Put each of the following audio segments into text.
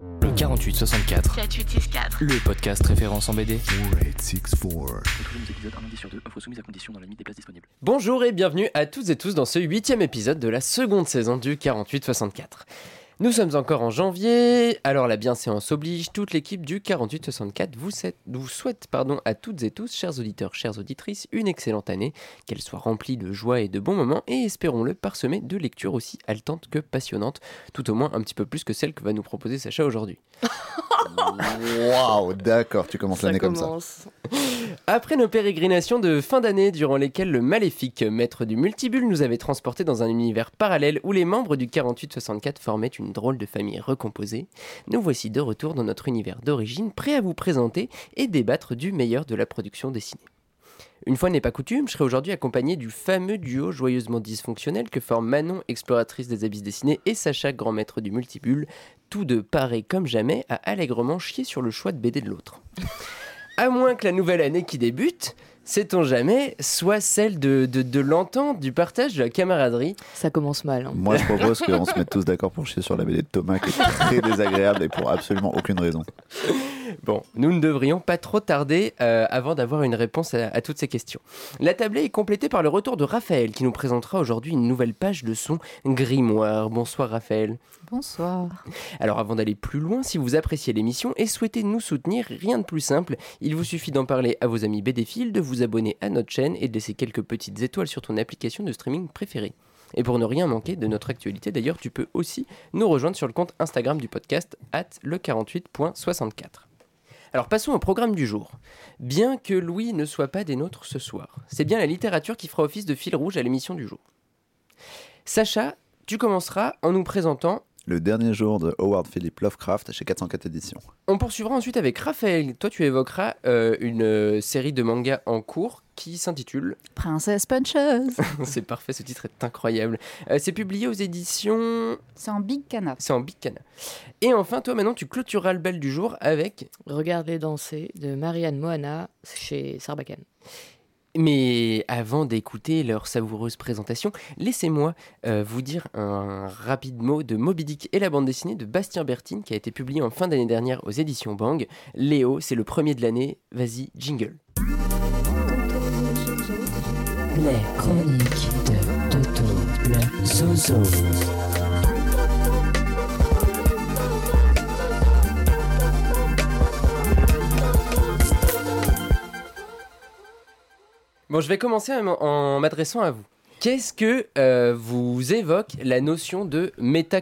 Le 4864. 4864. Le podcast référence en BD. 4864. Retrouvez nos épisodes un lundi sur deux, offre soumise à condition dans la limite des places disponibles. Bonjour et bienvenue à toutes et tous dans ce 8e épisode de la seconde saison du 4864. Nous sommes encore en janvier, alors la bienséance oblige, toute l'équipe du 4864 vous souhaite à toutes et tous, chers auditeurs, chères auditrices, une excellente année, qu'elle soit remplie de joie et de bons moments, et espérons-le parsemée de lectures aussi haletantes que passionnantes, tout au moins un petit peu plus que celle que va nous proposer Sacha aujourd'hui. Waouh, d'accord, tu commences l'année comme ça. Après nos pérégrinations de fin d'année durant lesquelles le maléfique maître du multibulle nous avait transportés dans un univers parallèle où les membres du 4864 formaient une drôle de famille recomposée, nous voici de retour dans notre univers d'origine, prêts à vous présenter et débattre du meilleur de la production dessinée. Une fois n'est pas coutume, je serai aujourd'hui accompagné du fameux duo joyeusement dysfonctionnel que forment Manon, exploratrice des abysses dessinés, et Sacha, grand maître du multibulle, tous deux parés comme jamais à allègrement chier sur le choix de BD de l'autre. À moins que la nouvelle année qui débute, sait-on jamais, soit celle de l'entente, du partage, de la camaraderie. Ça commence mal. Moi, je propose qu'on se mette tous d'accord pour chier sur la BD de Thomas, qui est très désagréable et pour absolument aucune raison. Bon, nous ne devrions pas trop tarder avant d'avoir une réponse à toutes ces questions. La tablée est complétée par le retour de Raphaël, qui nous présentera aujourd'hui une nouvelle page de son grimoire. Bonsoir Raphaël. Bonsoir. Alors avant d'aller plus loin, si vous appréciez l'émission et souhaitez nous soutenir, rien de plus simple, il vous suffit d'en parler à vos amis BDphiles, de vous abonner à notre chaîne et de laisser quelques petites étoiles sur ton application de streaming préférée. Et pour ne rien manquer de notre actualité, d'ailleurs, tu peux aussi nous rejoindre sur le compte Instagram du podcast @le48.64. Alors passons au programme du jour. Bien que Louis ne soit pas des nôtres ce soir, c'est bien la littérature qui fera office de fil rouge à l'émission du jour. Sacha, tu commenceras en nous présentant Le dernier jour de Howard Philip Lovecraft chez 404 éditions. On poursuivra ensuite avec Raphaël. Toi, tu évoqueras une série de mangas en cours qui s'intitule Princess Punches. C'est parfait, ce titre est incroyable. C'est publié aux éditions... C'est en Big Cana. C'est en Big Cana. Et enfin, toi, maintenant, tu clôtureras le bal du jour avec... Regardez danser de Marianne Moana chez Sarbacane. Mais avant d'écouter leur savoureuse présentation, laissez-moi vous dire un rapide mot de Moby Dick et la bande dessinée de Bastien Bertine qui a été publiée en fin d'année dernière aux éditions Bang. Léo, c'est le premier de l'année. Vas-y, jingle. Les chroniques de Toto le Zozo. Bon, je vais commencer en m'adressant à vous. Qu'est-ce que vous évoque la notion de métacomics ?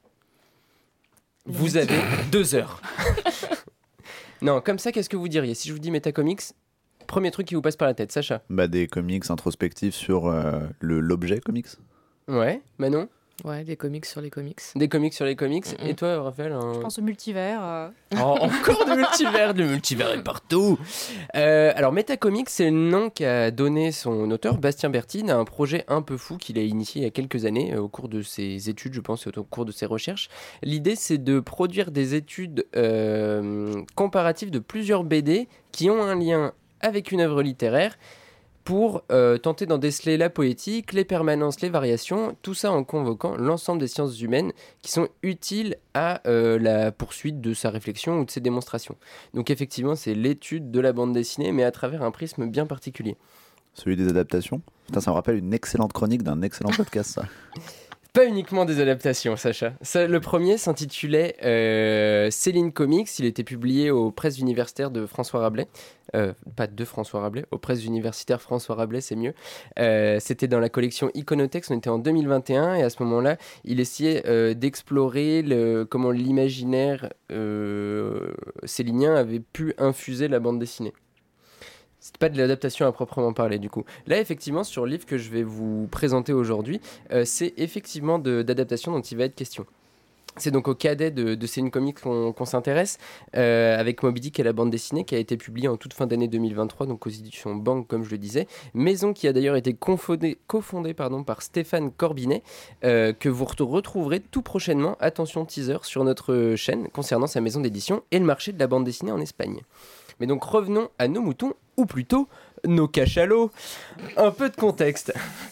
Vous avez 2 heures. Non, comme ça, qu'est-ce que vous diriez ? Si je vous dis métacomics, premier truc qui vous passe par la tête, Sacha ? Des comics introspectifs sur l'objet comics. Ouais, Manon ? Ouais, des comics sur les comics. Des comics sur les comics. Et toi, Raphaël ? Je pense au multivers. Oh, encore du multivers, le multivers est partout. Alors, Metacomics, c'est le nom qu'a donné son auteur, Bastien Bertine, à un projet un peu fou qu'il a initié il y a quelques années, au cours de ses études, je pense, et au cours de ses recherches. L'idée, c'est de produire des études comparatives de plusieurs BD qui ont un lien avec une œuvre littéraire, pour tenter d'en déceler la poétique, les permanences, les variations, tout ça en convoquant l'ensemble des sciences humaines qui sont utiles à la poursuite de sa réflexion ou de ses démonstrations. Donc effectivement, c'est l'étude de la bande dessinée, mais à travers un prisme bien particulier. Celui des adaptations. Putain, ça me rappelle une excellente chronique d'un excellent podcast, ça. Pas uniquement des adaptations, Sacha. Le premier s'intitulait Céline Comics. Il était publié aux presses universitaires de François Rabelais. Pas de François Rabelais, aux presses universitaires François Rabelais, c'est mieux. C'était dans la collection Iconotex, on était en 2021, et à ce moment-là, il essayait d'explorer comment l'imaginaire célinien avait pu infuser la bande dessinée. C'est pas de l'adaptation à proprement parler du coup. Là effectivement sur le livre que je vais vous présenter aujourd'hui, c'est effectivement d'adaptation dont il va être question. C'est donc au cadet de Céline Comics qu'on s'intéresse, avec Moby Dick et la bande dessinée qui a été publiée en toute fin d'année 2023, donc aux éditions Bang comme je le disais. Maison qui a d'ailleurs été cofondée par Stéphane Corbinet, que vous retrouverez tout prochainement, attention teaser, sur notre chaîne concernant sa maison d'édition et le marché de la bande dessinée en Espagne. Mais donc revenons à nos moutons, ou plutôt nos cachalots. Un peu de contexte.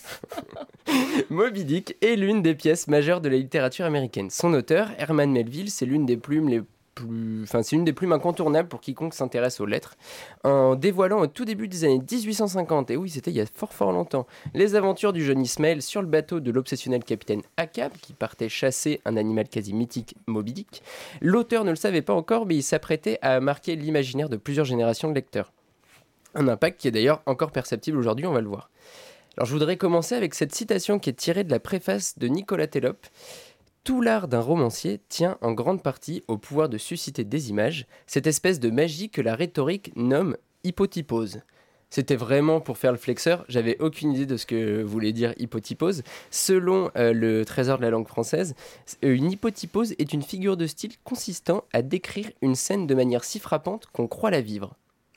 Moby Dick est l'une des pièces majeures de la littérature américaine. Son auteur, Herman Melville, c'est l'une des plumes incontournables pour quiconque s'intéresse aux lettres. En dévoilant au tout début des années 1850, et oui, c'était il y a fort longtemps, les aventures du jeune Ismaël sur le bateau de l'obsessionnel capitaine Ahab, qui partait chasser un animal quasi mythique, Moby Dick, l'auteur ne le savait pas encore, mais il s'apprêtait à marquer l'imaginaire de plusieurs générations de lecteurs. Un impact qui est d'ailleurs encore perceptible aujourd'hui, on va le voir. Alors je voudrais commencer avec cette citation qui est tirée de la préface de Nicolas Télop. Tout l'art d'un romancier tient en grande partie au pouvoir de susciter des images, cette espèce de magie que la rhétorique nomme hypotypose. C'était vraiment pour faire le flexeur, j'avais aucune idée de ce que voulait dire hypotypose. Selon le Trésor de la langue française, une hypotypose est une figure de style consistant à décrire une scène de manière si frappante qu'on croit la vivre.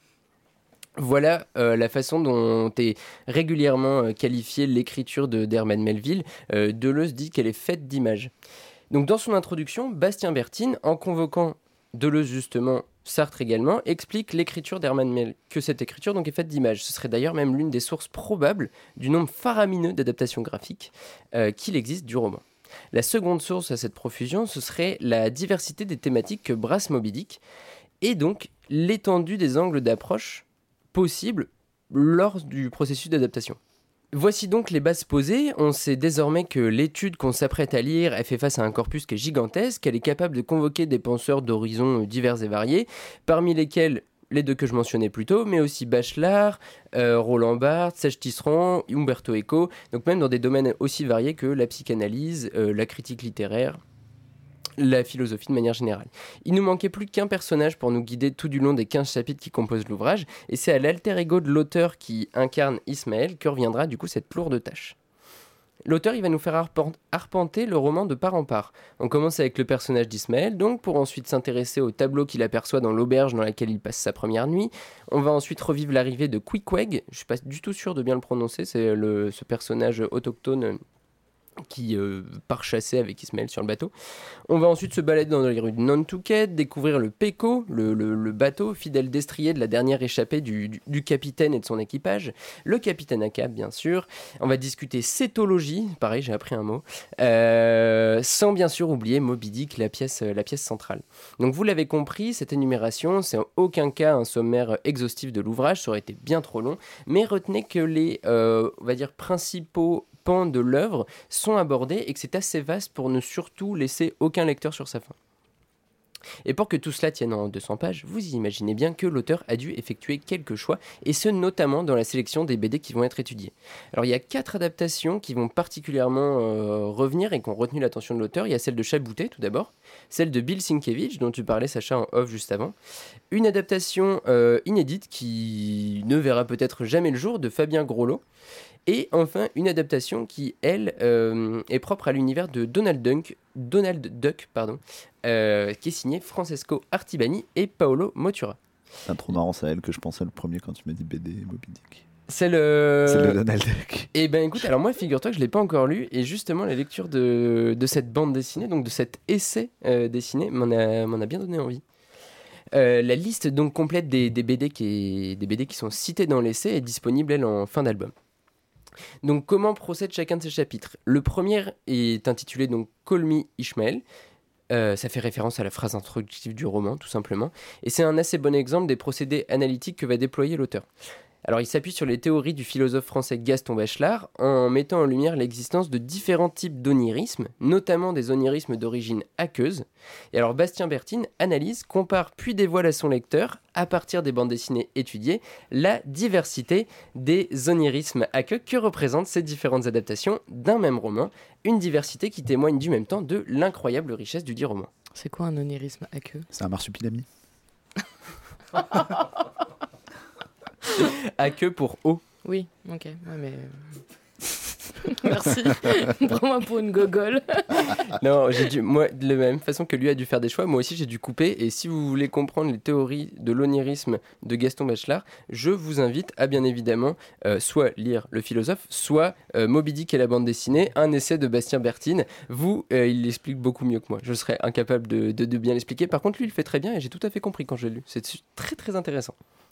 Voilà la façon dont est régulièrement qualifiée l'écriture d'Herman Melville. Deleuze dit qu'elle est faite d'images. Donc dans son introduction, Bastien Bertine, en convoquant Deleuze justement, Sartre également, explique l'écriture d'Herman Melville, que cette écriture donc est faite d'images. Ce serait d'ailleurs même l'une des sources probables du nombre faramineux d'adaptations graphiques qu'il existe du roman. La seconde source à cette profusion, ce serait la diversité des thématiques que brasse Moby Dick, et donc l'étendue des angles d'approche possible lors du processus d'adaptation. Voici donc les bases posées. On sait désormais que l'étude qu'on s'apprête à lire, elle fait face à un corpus qui est gigantesque, qu'elle est capable de convoquer des penseurs d'horizons divers et variés, parmi lesquels les deux que je mentionnais plus tôt, mais aussi Bachelard, Roland Barthes, Sage Tisserand, Umberto Eco, donc même dans des domaines aussi variés que la psychanalyse, la critique littéraire, la philosophie de manière générale. Il nous manquait plus qu'un personnage pour nous guider tout du long des 15 chapitres qui composent l'ouvrage, et c'est à l'alter ego de l'auteur qui incarne Ismaël que reviendra du coup cette lourde tâche. L'auteur il va nous faire arpenter le roman de part en part. On commence avec le personnage d'Ismaël, donc, pour ensuite s'intéresser au tableau qu'il aperçoit dans l'auberge dans laquelle il passe sa première nuit. On va ensuite revivre l'arrivée de Queequeg, je suis pas du tout sûr de bien le prononcer, c'est ce personnage autochtone qui part chasser avec Ismaël sur le bateau. On va ensuite se balader dans les rues de Nantucket, découvrir le Pequot, le bateau, fidèle destrier de la dernière échappée du capitaine et de son équipage, le capitaine Ahab bien sûr. On va discuter cétologie, pareil j'ai appris un mot, sans bien sûr oublier Moby Dick, la pièce centrale. Donc vous l'avez compris, cette énumération, c'est en aucun cas un sommaire exhaustif de l'ouvrage, ça aurait été bien trop long, mais retenez que les on va dire principaux pans de l'œuvre sont abordés et que c'est assez vaste pour ne surtout laisser aucun lecteur sur sa faim. Et pour que tout cela tienne en 200 pages, vous imaginez bien que l'auteur a dû effectuer quelques choix, et ce notamment dans la sélection des BD qui vont être étudiés. Alors il y a 4 adaptations qui vont particulièrement revenir et qui ont retenu l'attention de l'auteur. Il y a celle de Chaboutet tout d'abord, celle de Bill Sienkiewicz dont tu parlais Sacha en off juste avant, une adaptation inédite qui ne verra peut-être jamais le jour de Fabien Groslot, et enfin, une adaptation qui, elle, est propre à l'univers de Donald Duck, qui est signé Francesco Artibani et Paolo Motura. C'est un trop marrant, c'est à elle que je pensais le premier quand tu m'as dit BD Moby Dick. C'est le Donald Duck. Eh ben écoute, alors moi, figure-toi que je ne l'ai pas encore lu, et justement, la lecture de cette bande dessinée, donc de cet essai dessiné, m'en a bien donné envie. La liste donc complète des BD qui sont cités dans l'essai est disponible, elle, en fin d'album. Donc comment procède chacun de ces chapitres ? Le premier est intitulé donc Call Me Ishmael. Ça fait référence à la phrase introductive du roman tout simplement, et c'est un assez bon exemple des procédés analytiques que va déployer l'auteur. Alors il s'appuie sur les théories du philosophe français Gaston Bachelard en mettant en lumière l'existence de différents types d'onirismes, notamment des onirismes d'origine aqueuse. Et alors Bastien Bertine analyse, compare puis dévoile à son lecteur, à partir des bandes dessinées étudiées, la diversité des onirismes aqueux que représentent ces différentes adaptations d'un même roman, une diversité qui témoigne du même temps de l'incroyable richesse du dit roman. C'est quoi un onirisme aqueux ? C'est un marsupilami. À queue pour eau. Oui, ok. Ouais, mais... Merci. Prends-moi pour une gogole. Non, moi, de la même façon que lui a dû faire des choix, moi aussi j'ai dû couper. Et si vous voulez comprendre les théories de l'onirisme de Gaston Bachelard, je vous invite à bien évidemment soit lire Le Philosophe, soit Moby Dick et la bande dessinée, un essai de Bastien Bertine. Il l'explique beaucoup mieux que moi. Je serais incapable de bien l'expliquer. Par contre, lui, il le fait très bien et j'ai tout à fait compris quand je l'ai lu. C'est très très intéressant.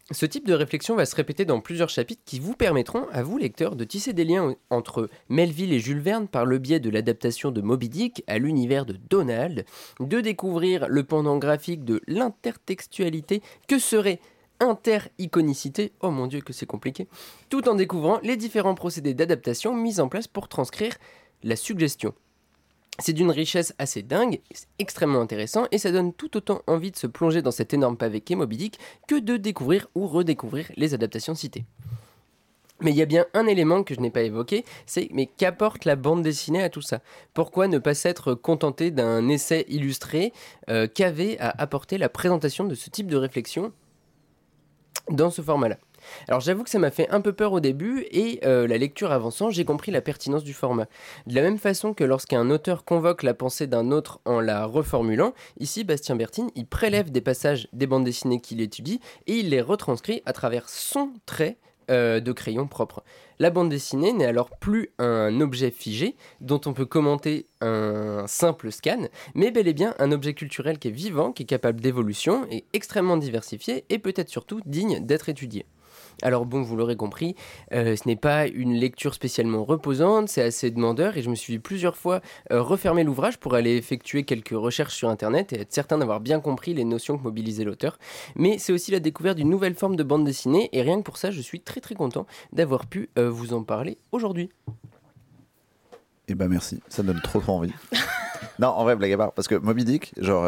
Ce type de réflexion va se répéter dans plusieurs chapitres qui vous permettront, à vous lecteurs, de tisser des liens entre Melville et Jules Verne par le biais de l'adaptation de Moby Dick à l'univers de Donald, de découvrir le pendant graphique de l'intertextualité que serait inter-iconicité, oh mon dieu que c'est compliqué, tout en découvrant les différents procédés d'adaptation mis en place pour transcrire la suggestion. C'est d'une richesse assez dingue, c'est extrêmement intéressant et ça donne tout autant envie de se plonger dans cet énorme pavé qu'est Moby Dick que de découvrir ou redécouvrir les adaptations citées. Mais il y a bien un élément que je n'ai pas évoqué, c'est mais qu'apporte la bande dessinée à tout ça ? Pourquoi ne pas s'être contenté d'un essai illustré qu'avait à apporter la présentation de ce type de réflexion dans ce format-là ? Alors j'avoue que ça m'a fait un peu peur au début et la lecture avançant, j'ai compris la pertinence du format. De la même façon que lorsqu'un auteur convoque la pensée d'un autre en la reformulant, ici Bastien Bertine, il prélève des passages des bandes dessinées qu'il étudie et il les retranscrit à travers son trait de crayon propre. La bande dessinée n'est alors plus un objet figé dont on peut commenter un simple scan, mais bel et bien un objet culturel qui est vivant, qui est capable d'évolution, et extrêmement diversifié et peut-être surtout digne d'être étudié. Alors bon, vous l'aurez compris, ce n'est pas une lecture spécialement reposante, c'est assez demandeur et je me suis plusieurs fois refermer l'ouvrage pour aller effectuer quelques recherches sur internet et être certain d'avoir bien compris les notions que mobilisait l'auteur. Mais c'est aussi la découverte d'une nouvelle forme de bande dessinée et rien que pour ça, je suis très très content d'avoir pu vous en parler aujourd'hui. Eh ben merci, ça me donne trop envie. Non, en vrai, blague à part, parce que Moby Dick, genre,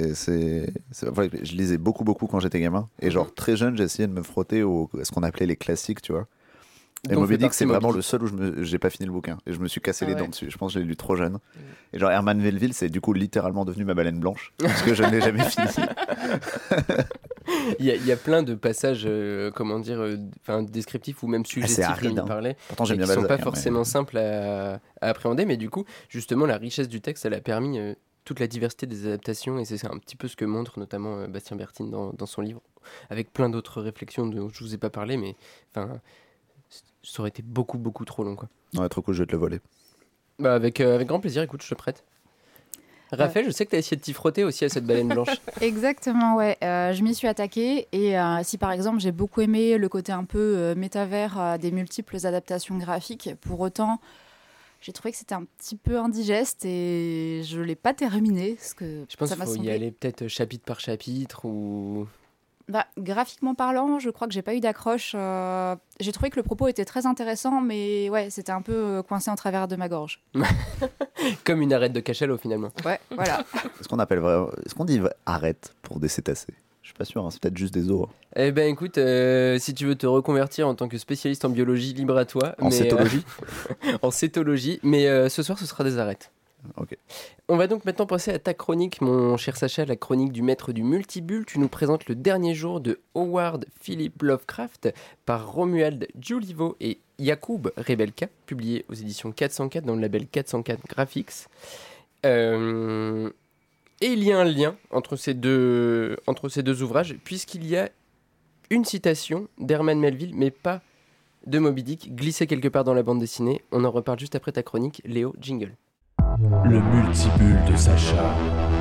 je lisais beaucoup quand j'étais gamin, et genre très jeune, j'ai essayé de me frotter à ce qu'on appelait les classiques, tu vois. Et Donc, Moby Dick, c'est vraiment Moby le seul où j'ai pas fini le bouquin, et je me suis cassé les ouais. dents dessus. Je pense que je l'ai lu trop jeune. Et genre Herman Melville, c'est du coup littéralement devenu ma baleine blanche, parce que je ne l'ai jamais fini. Il y a plein de passages, descriptifs ou même suggestifs aride, comme il hein. parlait, Pourtant, j'aime et bien qui ne sont Balzac, pas forcément simples à appréhender, mais du coup, justement, la richesse du texte, elle a permis toute la diversité des adaptations, et c'est un petit peu ce que montre notamment Bastien Bertine dans son livre, avec plein d'autres réflexions dont je vous ai pas parlé, mais enfin, ça aurait été beaucoup trop long, quoi. Ouais, trop cool, je vais te le voler. Bah avec grand plaisir, écoute, je te prête. Raphaël, je sais que tu as essayé de t'y frotter aussi à cette baleine blanche. Exactement, ouais. Je m'y suis attaquée et si par exemple j'ai beaucoup aimé le côté un peu métavers des multiples adaptations graphiques, pour autant j'ai trouvé que c'était un petit peu indigeste et je ne l'ai pas terminé. Parce que Je pense ça qu'il m'a faut y semblé... aller peut-être chapitre par chapitre ou... Bah, graphiquement parlant, je crois que j'ai pas eu d'accroche. J'ai trouvé que le propos était très intéressant, mais ouais, c'était un peu coincé en travers de ma gorge. Comme une arête de cachalot finalement. Ouais, voilà. Est-ce qu'on dit arrête pour des cétacés ? Je suis pas sûr, hein, c'est peut-être juste des os. Hein. Eh ben écoute, si tu veux te reconvertir en tant que spécialiste en biologie, libre à toi. En cétologie En cétologie, mais ce soir ce sera des arêtes. Ok. On va donc maintenant passer à ta chronique, mon cher Sacha, la chronique du maître du multibulle. Tu nous présentes le dernier jour de Howard Philip Lovecraft par Romuald Julivo et Jakub Rebelka, publié aux éditions 404 dans le label 404 Graphics. Et il y a un lien entre ces deux ouvrages, puisqu'il y a une citation d'Herman Melville, mais pas de Moby Dick, glissée quelque part dans la bande dessinée. On en reparle juste après ta chronique. Léo, jingle. Le multibulle de Sacha.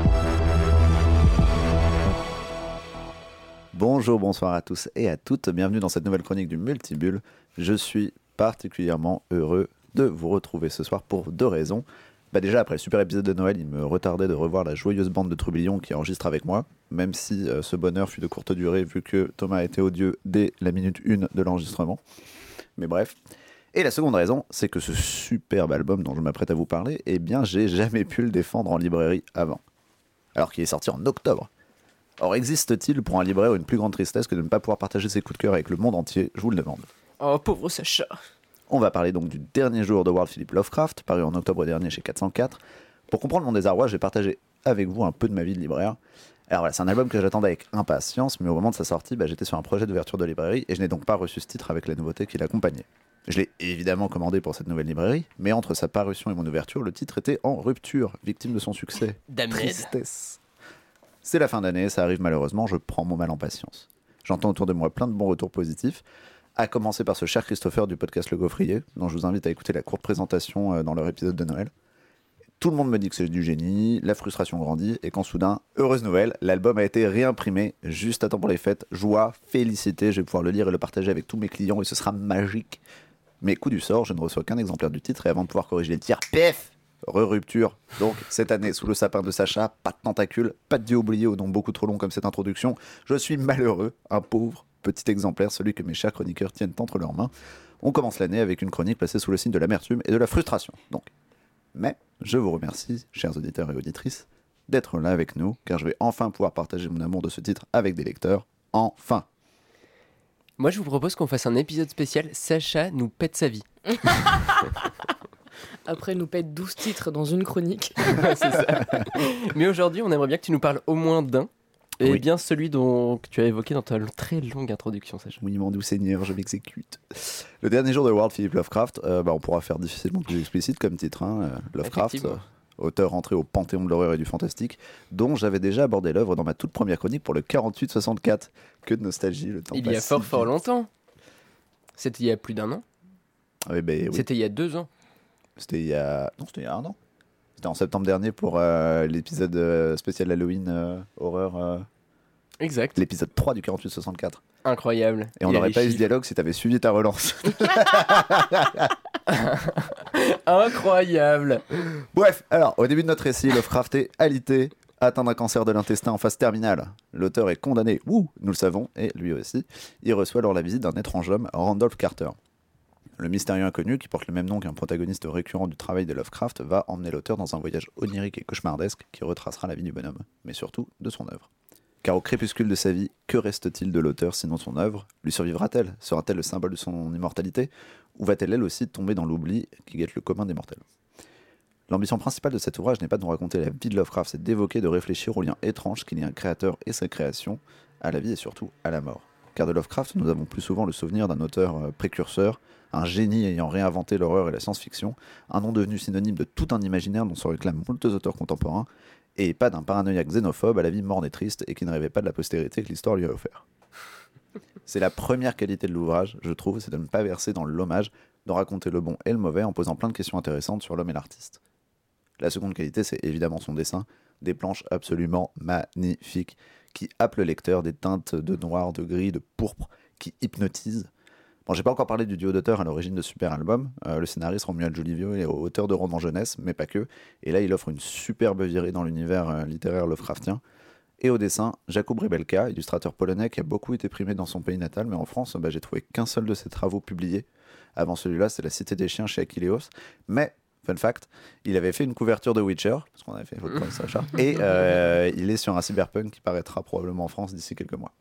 Bonjour, bonsoir à tous et à toutes. Bienvenue dans cette nouvelle chronique du Multibulle. Je suis particulièrement heureux de vous retrouver ce soir pour deux raisons. Déjà, après le super épisode de Noël, il me retardait de revoir la joyeuse bande de Trublion qui enregistre avec moi, même si ce bonheur fut de courte durée vu que Thomas était odieux dès la minute 1 de l'enregistrement. Mais bref. Et la seconde raison, c'est que ce superbe album dont je m'apprête à vous parler, eh bien, j'ai jamais pu le défendre en librairie avant. Alors qu'il est sorti en octobre. Or, existe-t-il pour un libraire une plus grande tristesse que de ne pas pouvoir partager ses coups de cœur avec le monde entier ? Je vous le demande. Oh, pauvre Sacha. On va parler donc du dernier jour de Howard Philip Lovecraft, paru en octobre dernier chez 404. Pour comprendre mon désarroi, je vais partager avec vous un peu de ma vie de libraire. Alors voilà, c'est un album que j'attendais avec impatience, mais au moment de sa sortie, j'étais sur un projet d'ouverture de librairie et je n'ai donc pas reçu ce titre avec la nouveauté qui l'accompagnait. Je l'ai évidemment commandé pour cette nouvelle librairie, mais entre sa parution et mon ouverture, le titre était en rupture, victime de son succès. Tristesse. C'est la fin d'année, ça arrive malheureusement, je prends mon mal en patience. J'entends autour de moi plein de bons retours positifs, à commencer par ce cher Christopher du podcast Le Gaufrier, dont je vous invite à écouter la courte présentation dans leur épisode de Noël. Tout le monde me dit que c'est du génie, la frustration grandit, et quand soudain, heureuse nouvelle, l'album a été réimprimé juste à temps pour les fêtes. Joie, félicité, je vais pouvoir le lire et le partager avec tous mes clients et ce sera magique. Mais coup du sort, je ne reçois qu'un exemplaire du titre et avant de pouvoir corriger le tir, pef, re-rupture. Donc cette année, sous le sapin de Sacha, pas de tentacules, pas de dieu oublié au nom beaucoup trop long comme cette introduction. Je suis malheureux, un pauvre petit exemplaire, celui que mes chers chroniqueurs tiennent entre leurs mains. On commence l'année avec une chronique placée sous le signe de l'amertume et de la frustration. Donc. Mais je vous remercie, chers auditeurs et auditrices, d'être là avec nous, car je vais enfin pouvoir partager mon amour de ce titre avec des lecteurs. Enfin. Moi, je vous propose qu'on fasse un épisode spécial Sacha nous pète sa vie. Après, nous pète 12 titres dans une chronique. C'est ça. Mais aujourd'hui, on aimerait bien que tu nous parles au moins d'un. Et Oui. bien celui que tu as évoqué dans ta très longue introduction, Sacha. Oui, mon doux Seigneur, je m'exécute. Le dernier jour de World Philip Lovecraft, on pourra faire difficilement plus explicite comme titre. Lovecraft, Effectivement. auteur entré au panthéon de l'horreur et du fantastique, dont j'avais déjà abordé l'œuvre dans ma toute première chronique pour le 48-64. Que de nostalgie, le temps Il y a passe fort si fort vite. longtemps. C'était il y a plus d'1 an. Ah oui. C'était il y a 2 ans. C'était il y a 1 an. C'était en septembre dernier pour l'épisode spécial Halloween horreur, Exact. l'épisode 3 du 48-64. Incroyable. Et on Il y a n'aurait les pas eu ce chiffres. dialogue si t'avais suivi ta relance. Incroyable. Bref, alors, au début de notre récit, Lovecraft est alité, atteint d'un cancer de l'intestin en phase terminale. L'auteur est condamné, nous le savons, et lui aussi. Il reçoit alors la visite d'un étrange homme, Randolph Carter. Le mystérieux inconnu, qui porte le même nom qu'un protagoniste récurrent du travail de Lovecraft, va emmener l'auteur dans un voyage onirique et cauchemardesque qui retracera la vie du bonhomme, mais surtout de son œuvre. Car au crépuscule de sa vie, que reste-t-il de l'auteur sinon son œuvre ? Lui survivra-t-elle ? Sera-t-elle le symbole de son immortalité ? Ou va-t-elle elle aussi tomber dans l'oubli qui guette le commun des mortels ? L'ambition principale de cet ouvrage n'est pas de nous raconter la vie de Lovecraft, c'est d'évoquer, de réfléchir au lien étrange qu'il y a un créateur et sa création, à la vie et surtout à la mort. Car de Lovecraft, nous avons plus souvent le souvenir d'un auteur précurseur, un génie ayant réinventé l'horreur et la science-fiction, un nom devenu synonyme de tout un imaginaire dont se réclament moult auteurs contemporains, et pas d'un paranoïaque xénophobe à la vie morne et triste et qui ne rêvait pas de la postérité que l'histoire lui a offert. C'est la première qualité de l'ouvrage, je trouve, c'est de ne pas verser dans l'hommage, de raconter le bon et le mauvais en posant plein de questions intéressantes sur l'homme et l'artiste. La seconde qualité, c'est évidemment son dessin, des planches absolument magnifiques, qui happent le lecteur, des teintes de noir, de gris, de pourpre, qui hypnotisent. Bon, j'ai pas encore parlé du duo d'auteurs à l'origine de Super Album. Le scénariste Romuald Julivio est auteur de romans jeunesse, mais pas que. Et là, il offre une superbe virée dans l'univers littéraire Lovecraftien. Et au dessin, Jakub Rebelka, illustrateur polonais qui a beaucoup été primé dans son pays natal, mais en France, j'ai trouvé qu'un seul de ses travaux publiés. Avant celui-là, c'est La Cité des Chiens chez Achilleos. Mais, fun fact, il avait fait une couverture de Witcher, parce qu'on avait fait votre point Sacha, et il est sur un cyberpunk qui paraîtra probablement en France d'ici quelques mois.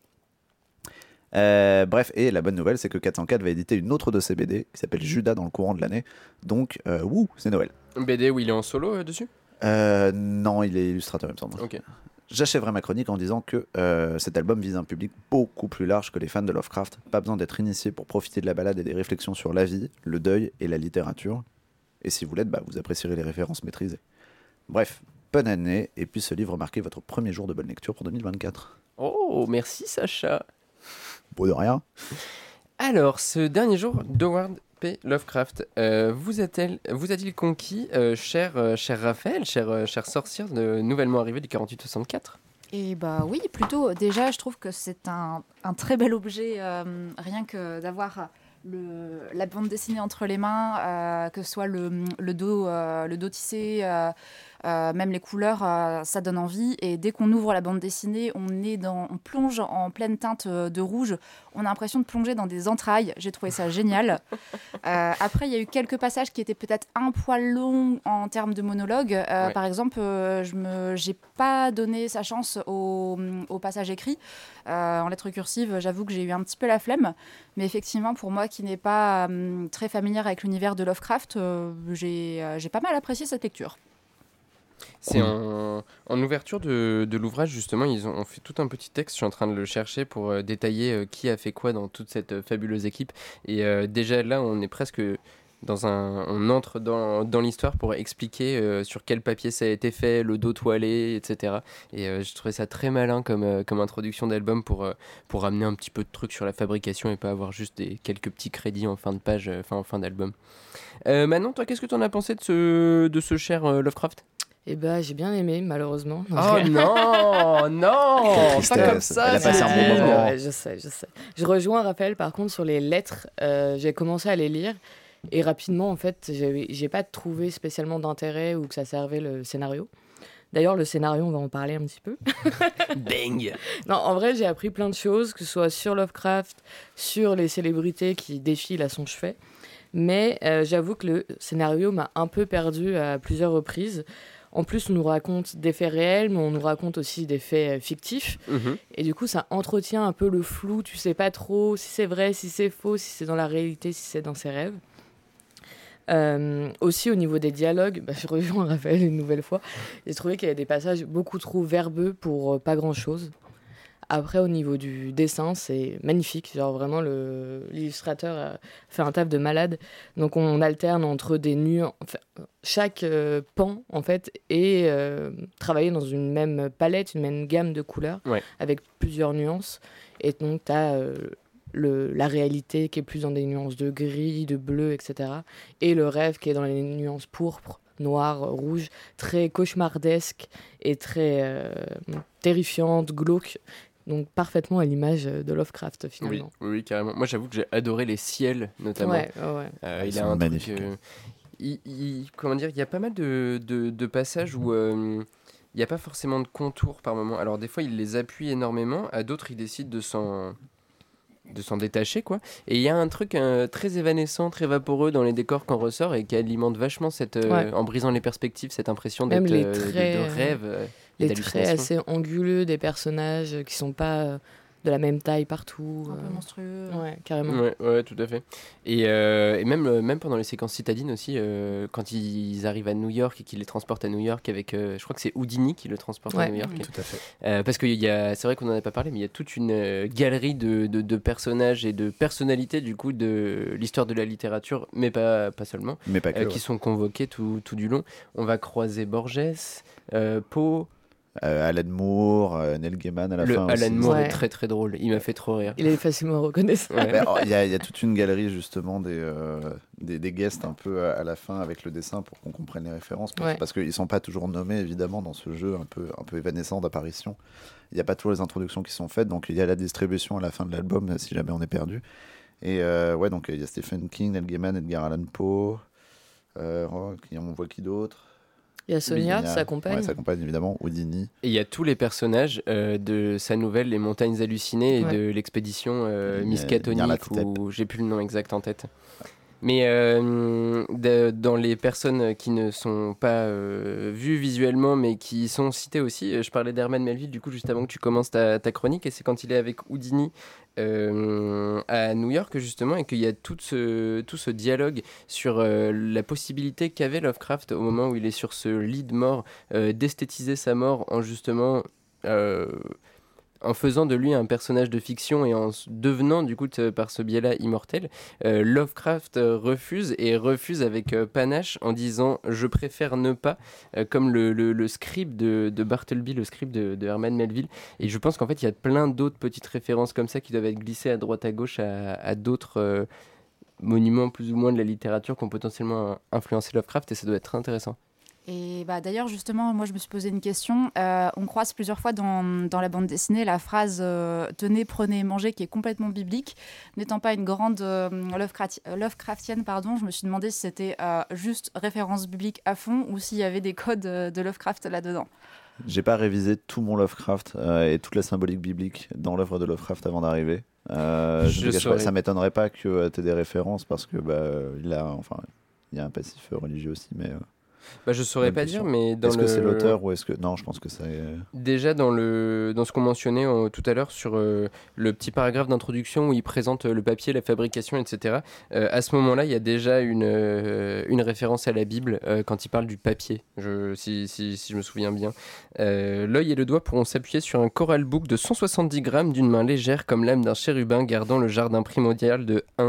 Bref, et la bonne nouvelle, c'est que 404 va éditer une autre de ses BD qui s'appelle Judas dans le courant de l'année. Donc, c'est Noël. BD où il est en solo dessus ? Non, il est illustrateur, il me semble. Ok. J'achèverai ma chronique en disant que cet album vise un public beaucoup plus large que les fans de Lovecraft. Pas besoin d'être initié pour profiter de la balade et des réflexions sur la vie, le deuil et la littérature. Et si vous l'êtes, vous apprécierez les références maîtrisées. Bref, bonne année, et puis ce livre marquer votre premier jour de bonne lecture pour 2024. Oh, merci Sacha. Beau de rien. Alors, ce dernier jour d'Howard P. Lovecraft, vous a-t-il conquis, cher Raphaël, chère sorcière nouvellement arrivée du 48-64 ? Et oui, plutôt. Déjà, je trouve que c'est un très bel objet, rien que d'avoir la bande dessinée entre les mains, que ce soit le dos tissé, même les couleurs, ça donne envie. Et dès qu'on ouvre la bande dessinée, on plonge en pleine teinte de rouge. On a l'impression de plonger dans des entrailles. J'ai trouvé ça génial. Après, il y a eu quelques passages qui étaient peut-être un poil longs en termes de monologue. Ouais. Par exemple, j'ai pas donné sa chance au passage écrit. En lettres cursives, j'avoue que j'ai eu un petit peu la flemme. Mais effectivement, pour moi qui n'ai pas très familière avec l'univers de Lovecraft, j'ai pas mal apprécié cette lecture. C'est en ouverture de l'ouvrage, justement, ils ont fait tout un petit texte, je suis en train de le chercher pour détailler qui a fait quoi dans toute cette fabuleuse équipe. Et déjà là, on est presque on entre dans l'histoire pour expliquer sur quel papier ça a été fait, le dos toilé, etc. Et je trouvais ça très malin comme introduction d'album pour amener un petit peu de trucs sur la fabrication et pas avoir juste quelques petits crédits en fin de page, en fin d'album. Manon, toi, qu'est-ce que tu en as pensé de ce cher Lovecraft ? Eh ben, j'ai bien aimé, malheureusement. Oh non, pas comme ça. Elle a passé un bon moment. Ouais, je sais. Je rejoins Raphaël, par contre, sur les lettres. J'ai commencé à les lire. Et rapidement, en fait, j'ai pas trouvé spécialement d'intérêt ou que ça servait le scénario. D'ailleurs, le scénario, on va en parler un petit peu. Bang. Non, en vrai, j'ai appris plein de choses, que ce soit sur Lovecraft, sur les célébrités qui défilent à son chevet. Mais j'avoue que le scénario m'a un peu perdu à plusieurs reprises. En plus, on nous raconte des faits réels, mais on nous raconte aussi des faits fictifs. Et du coup, ça entretient un peu le flou. Tu sais pas trop si c'est vrai, si c'est faux, si c'est dans la réalité, si c'est dans ses rêves. Aussi, au niveau des dialogues, je rejoins Raphaël une nouvelle fois. J'ai trouvé qu'il y avait des passages beaucoup trop verbeux pour pas grand-chose. Après, au niveau du dessin, c'est magnifique. Genre, vraiment, l'illustrateur a fait un taf de malade. Donc, on alterne entre des nuances. Enfin, chaque pan, en fait, est travaillé dans une même palette, une même gamme de couleurs, avec plusieurs nuances. Et donc, tu as la réalité qui est plus dans des nuances de gris, de bleu, etc. Et le rêve qui est dans les nuances pourpre, noir, rouge, très cauchemardesque et très terrifiante, glauque. Donc parfaitement à l'image de Lovecraft finalement. Oui, carrément. Moi j'avoue que j'ai adoré les ciels notamment. Ouais. Il a un truc, comment dire, il y a pas mal de passages où il n'y a pas forcément de contours par moment. Alors des fois il les appuie énormément, à d'autres il décide de s'en détacher, quoi. Et il y a un truc très évanescent, très vaporeux dans les décors qu'on ressort et qui alimente vachement en brisant les perspectives, cette impression de rêve. Les traits assez anguleux des personnages qui sont pas de la même taille partout. Un peu monstrueux. Ouais, carrément. Ouais, tout à fait. Et même pendant les séquences citadines aussi, quand ils arrivent à New York et qu'ils les transportent à New York avec, je crois que c'est Houdini qui le transporte à New York. Tout à fait. Parce que c'est vrai qu'on n'en a pas parlé, mais il y a toute une galerie de personnages et de personnalités du coup de l'histoire de la littérature, mais pas seulement, qui sont convoqués tout du long. On va croiser Borges, Poe, Alan Moore, Neil Gaiman à la fin Alan aussi. Moore est très très drôle, il m'a fait trop rire. Il est facilement reconnaissable. Il y a toute une galerie justement des guests un peu à la fin avec le dessin pour qu'on comprenne les références, parce qu'ils ne sont pas toujours nommés évidemment dans ce jeu un peu évanescent d'apparition. Il n'y a pas toujours les introductions qui sont faites, donc il y a la distribution à la fin de l'album si jamais on est perdu. Et donc il y a Stephen King, Neil Gaiman, Edgar Allan Poe, on voit qui d'autre. Il y a Sonia, sa compagne. Ouais, sa compagne, évidemment, Houdini. Et il y a tous les personnages de sa nouvelle Les Montagnes Hallucinées et de l'expédition Miskatonic, où j'ai plus le nom exact en tête. Mais dans les personnes qui ne sont pas vues visuellement, mais qui sont citées aussi, je parlais d'Herman Melville, du coup, juste avant que tu commences ta chronique, et c'est quand il est avec Houdini à New York, justement, et qu'il y a tout ce dialogue sur la possibilité qu'avait Lovecraft au moment où il est sur ce lit de mort, d'esthétiser sa mort en justement... en faisant de lui un personnage de fiction et en devenant du coup par ce biais-là immortel. Lovecraft refuse avec panache en disant « je préfère ne pas », comme le script de Bartleby, le script de Herman Melville. Et je pense qu'en fait il y a plein d'autres petites références comme ça qui doivent être glissées à droite à gauche à d'autres monuments plus ou moins de la littérature qui ont potentiellement influencé Lovecraft, et ça doit être très intéressant. Et d'ailleurs, justement, moi, je me suis posé une question. On croise plusieurs fois dans la bande dessinée la phrase « tenez, prenez, mangez » qui est complètement biblique. N'étant pas une grande Lovecraftienne, je me suis demandé si c'était juste référence biblique à fond ou s'il y avait des codes de Lovecraft là-dedans. J'ai pas révisé tout mon Lovecraft et toute la symbolique biblique dans l'œuvre de Lovecraft avant d'arriver. Ça m'étonnerait pas que tu aies des références parce que il y a un passif religieux aussi, mais... je saurais pas dire, mais est-ce que c'est l'auteur ou est-ce que... Non, je pense que c'est... Déjà dans ce qu'on mentionnait tout à l'heure sur le petit paragraphe d'introduction où il présente le papier, la fabrication, etc. À ce moment-là, il y a déjà une référence à la Bible quand il parle du papier, si je me souviens bien. L'œil et le doigt pourront s'appuyer sur un choral book de 170 grammes d'une main légère comme l'âme d'un chérubin gardant le jardin primordial de 1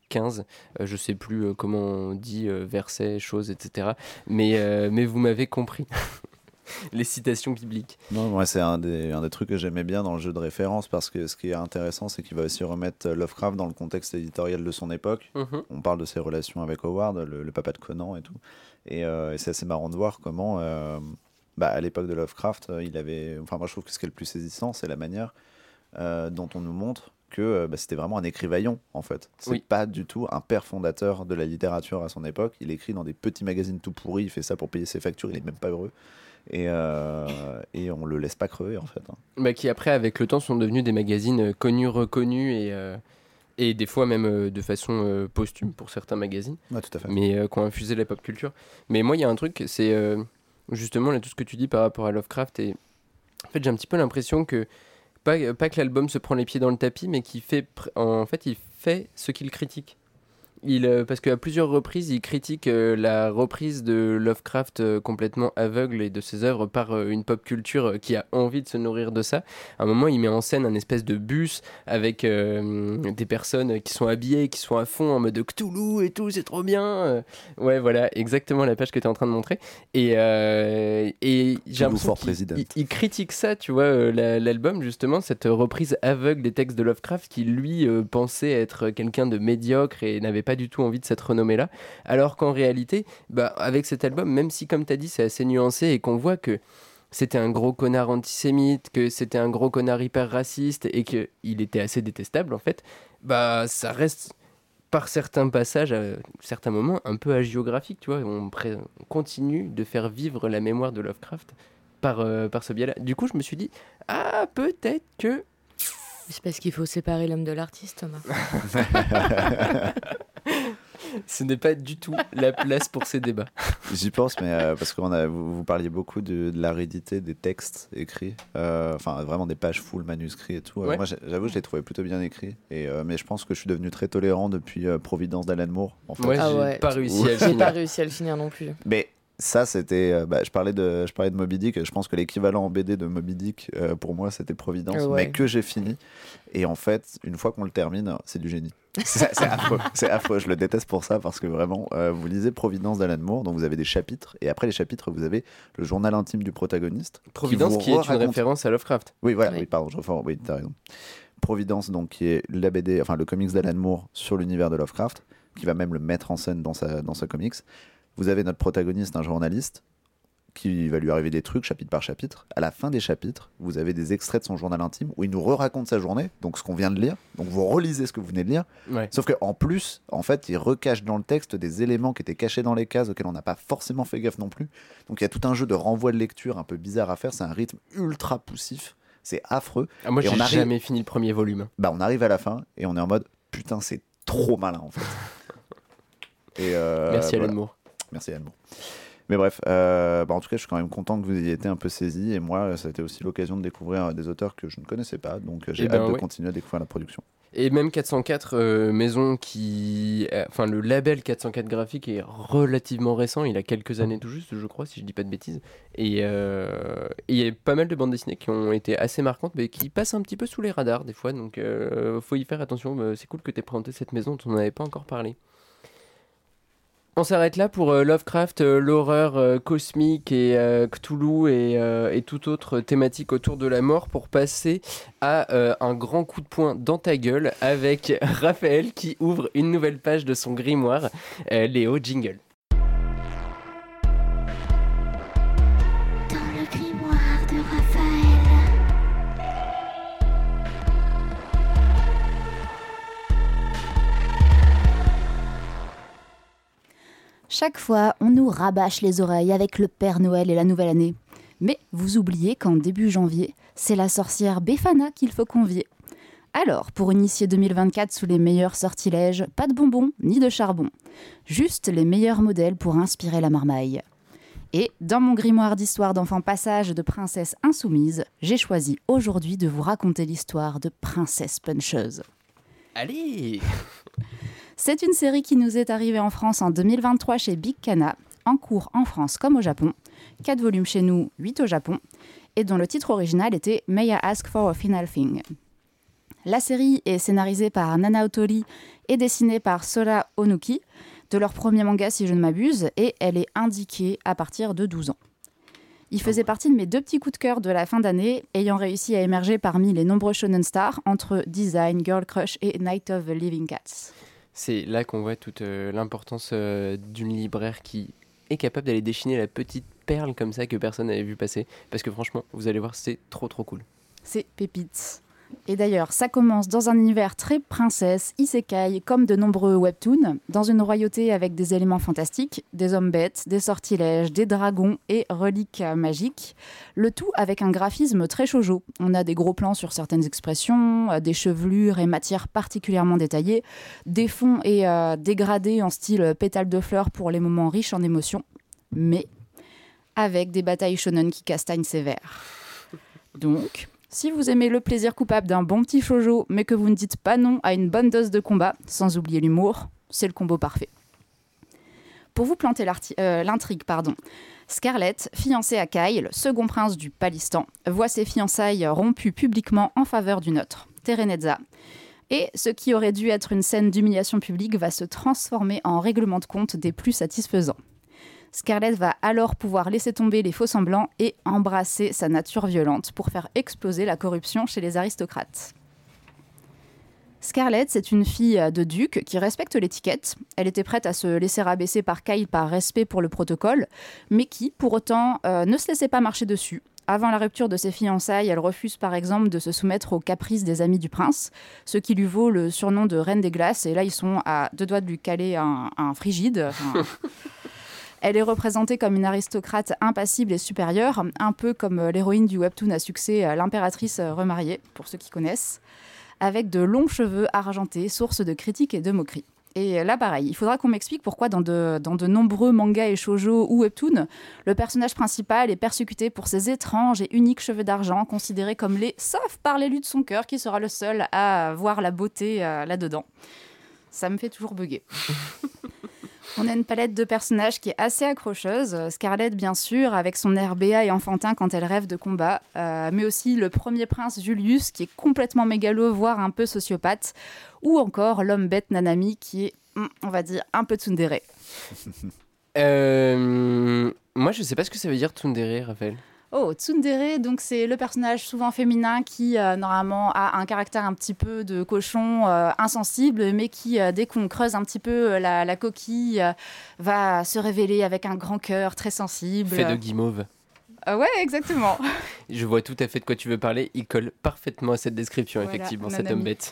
15. Je sais plus comment on dit versets, choses, etc. Mais vous m'avez compris. Les citations bibliques. Non, moi, c'est un des trucs que j'aimais bien dans le jeu de référence, parce que ce qui est intéressant, c'est qu'il va aussi remettre Lovecraft dans le contexte éditorial de son époque. On parle de ses relations avec Howard, le papa de Conan et tout. Et c'est assez marrant de voir comment, à l'époque de Lovecraft, il avait... Enfin, moi, je trouve que ce qui est le plus saisissant, c'est la manière dont on nous montre que c'était vraiment un écrivaillon, en fait. C'est pas du tout un père fondateur de la littérature à son époque. Il écrit dans des petits magazines tout pourris, il fait ça pour payer ses factures, il est même pas heureux. Et on le laisse pas crever, en fait. Qui après, avec le temps, sont devenus des magazines connus, reconnus et des fois même de façon posthume pour certains magazines. Ouais, tout à fait. Mais qui ont infusé la pop culture. Mais moi, il y a un truc, c'est justement là, tout ce que tu dis par rapport à Lovecraft. Et en fait, j'ai un petit peu l'impression que pas que l'album se prend les pieds dans le tapis, mais qu'il fait, en fait, il fait ce qu'il critique. Parce qu'à plusieurs reprises, il critique la reprise de Lovecraft complètement aveugle et de ses œuvres par une pop culture qui a envie de se nourrir de ça. À un moment, il met en scène un espèce de bus avec des personnes qui sont habillées, qui sont à fond en mode Cthulhu et tout, c'est trop bien. Ouais, voilà, exactement la page que tu es en train de montrer. Et j'ai l'impression qu'il critique ça, tu vois, l'album, justement, cette reprise aveugle des textes de Lovecraft qui, lui, pensait être quelqu'un de médiocre et n'avait pas du tout envie de cette renommée-là, alors qu'en réalité, avec cet album, même si, comme tu as dit, c'est assez nuancé et qu'on voit que c'était un gros connard antisémite, que c'était un gros connard hyper raciste et qu'il était assez détestable, en fait, ça reste, par certains passages, à certains moments, un peu hagiographique, tu vois, on continue de faire vivre la mémoire de Lovecraft par ce biais-là. Du coup, je me suis dit, peut-être que... C'est parce qu'il faut séparer l'homme de l'artiste, Thomas. Ce n'est pas du tout la place pour ces débats. J'y pense, mais parce que vous parliez beaucoup de l'aridité des textes écrits, vraiment des pages full manuscrits et tout. Ouais. Moi, j'avoue, je les trouvais plutôt bien écrits, mais je pense que je suis devenu très tolérant depuis Providence d'Alan Moore. En fait. J'ai pas réussi à le J'ai finir. pas réussi à le finir non plus. Mais ça, c'était... je parlais de Moby Dick. Je pense que l'équivalent en BD de Moby Dick, pour moi, c'était Providence, mais que j'ai fini. Et en fait, une fois qu'on le termine, c'est du génie. C'est affreux. C'est affreux. Je le déteste pour ça, parce que vraiment, vous lisez Providence d'Alan Moore, donc vous avez des chapitres, et après les chapitres, vous avez le journal intime du protagoniste. Providence qui est une référence à Lovecraft. Oui, voilà. Oui, pardon. Oui, t'as raison. Providence, donc, qui est la BD, le comics d'Alan Moore sur l'univers de Lovecraft, qui va même le mettre en scène dans sa comics. Vous avez notre protagoniste, un journaliste, qui va lui arriver des trucs chapitre par chapitre. À la fin des chapitres, vous avez des extraits de son journal intime où il nous raconte sa journée, donc ce qu'on vient de lire. Donc vous relisez ce que vous venez de lire. Ouais. Sauf qu'en plus, en fait, il recache dans le texte des éléments qui étaient cachés dans les cases auxquels on n'a pas forcément fait gaffe non plus. Donc il y a tout un jeu de renvoi de lecture un peu bizarre à faire. C'est un rythme ultra poussif. C'est affreux. Moi, j'ai jamais fini le premier volume. On arrive à la fin et on est en mode putain, c'est trop malin en fait. Et Merci Alan Moore. Merci Alan Moore. Mais bref, en tout cas, je suis quand même content que vous ayez été un peu saisi. Et moi, ça a été aussi l'occasion de découvrir des auteurs que je ne connaissais pas. Donc, j'ai hâte de continuer à découvrir la production. Et même 404 maison qui... le label 404 graphique est relativement récent. Il a quelques années tout juste, je crois, si je dis pas de bêtises. Et il y a pas mal de bandes dessinées qui ont été assez marquantes, mais qui passent un petit peu sous les radars des fois. Donc, faut y faire attention. C'est cool que tu aies présenté cette maison dont on n'avait pas encore parlé. On s'arrête là pour Lovecraft, l'horreur cosmique et Cthulhu et toute autre thématique autour de la mort, pour passer à un grand coup de poing dans ta gueule avec Raphaël qui ouvre une nouvelle page de son grimoire. Léo, jingle. Dans le grimoire de Raphaël. Chaque fois, on nous rabâche les oreilles avec le Père Noël et la nouvelle année. Mais vous oubliez qu'en début janvier, c'est la sorcière Befana qu'il faut convier. Alors, pour initier 2024 sous les meilleurs sortilèges, pas de bonbons ni de charbon. Juste les meilleurs modèles pour inspirer la marmaille. Et dans mon grimoire d'histoire d'enfants passage de princesse insoumise, j'ai choisi aujourd'hui de vous raconter l'histoire de Princesse Puncheuse. Allez! C'est une série qui nous est arrivée en France en 2023 chez Big Cana, en cours en France comme au Japon, 4 volumes chez nous, 8 au Japon, et dont le titre original était May I Ask for a Final Thing. La série est scénarisée par Nana Otori et dessinée par Sora Onuki, de leur premier manga si je ne m'abuse, et elle est indiquée à partir de 12 ans. Il faisait partie de mes 2 petits coups de cœur de la fin d'année, ayant réussi à émerger parmi les nombreux shonen stars entre Design, Girl Crush et Night of the Living Cats. C'est là qu'on voit toute l'importance d'une libraire qui est capable d'aller déchirer la petite perle comme ça que personne n'avait vu passer. Parce que franchement, vous allez voir, c'est trop cool. C'est pépites. Et d'ailleurs, ça commence dans un univers très princesse, isekai, comme de nombreux webtoons, dans une royauté avec des éléments fantastiques, des hommes bêtes, des sortilèges, des dragons et reliques magiques. Le tout avec un graphisme très shoujo. On a des gros plans sur certaines expressions, des chevelures et matières particulièrement détaillées, des fonds et dégradés en style pétales de fleurs pour les moments riches en émotions, mais avec des batailles shonen qui castagnent sévères. Donc, si vous aimez le plaisir coupable d'un bon petit shoujo, mais que vous ne dites pas non à une bonne dose de combat, sans oublier l'humour, c'est le combo parfait. Pour vous planter l'intrigue, Scarlett, fiancée à Kyle, second prince du Palistan, voit ses fiançailles rompues publiquement en faveur d'une autre, Terenezza. Et ce qui aurait dû être une scène d'humiliation publique va se transformer en règlement de compte des plus satisfaisants. Scarlett va alors pouvoir laisser tomber les faux-semblants et embrasser sa nature violente pour faire exploser la corruption chez les aristocrates. Scarlett, c'est une fille de duc qui respecte l'étiquette. Elle était prête à se laisser rabaisser par Kyle par respect pour le protocole, mais qui, pour autant, ne se laissait pas marcher dessus. Avant la rupture de ses fiançailles, elle refuse par exemple de se soumettre aux caprices des amis du prince, ce qui lui vaut le surnom de Reine des Glaces, et là ils sont à 2 doigts de lui caler un frigide. Elle est représentée comme une aristocrate impassible et supérieure, un peu comme l'héroïne du webtoon à succès, l'impératrice remariée, pour ceux qui connaissent, avec de longs cheveux argentés, source de critiques et de moqueries. Et là, pareil, il faudra qu'on m'explique pourquoi dans de nombreux mangas et shoujo ou webtoons, le personnage principal est persécuté pour ses étranges et uniques cheveux d'argent, considérés comme les, sauf par l'élu de son cœur, qui sera le seul à voir la beauté là-dedans. Ça me fait toujours bugger. On a une palette de personnages qui est assez accrocheuse. Scarlett, bien sûr, avec son air béat et enfantin quand elle rêve de combat, mais aussi le premier prince Julius, qui est complètement mégalo, voire un peu sociopathe, ou encore l'homme bête Nanami, qui est, on va dire, un peu tsundere. Moi, je sais pas ce que ça veut dire tsundere, Raphaël. Oh, tsundere, donc c'est le personnage souvent féminin qui normalement a un caractère un petit peu de cochon insensible, mais qui, dès qu'on creuse un petit peu la coquille, va se révéler avec un grand cœur très sensible. Fait de guimauve. Ouais, exactement. Je vois tout à fait de quoi tu veux parler. Il colle parfaitement à cette description, voilà, effectivement, cet homme bête.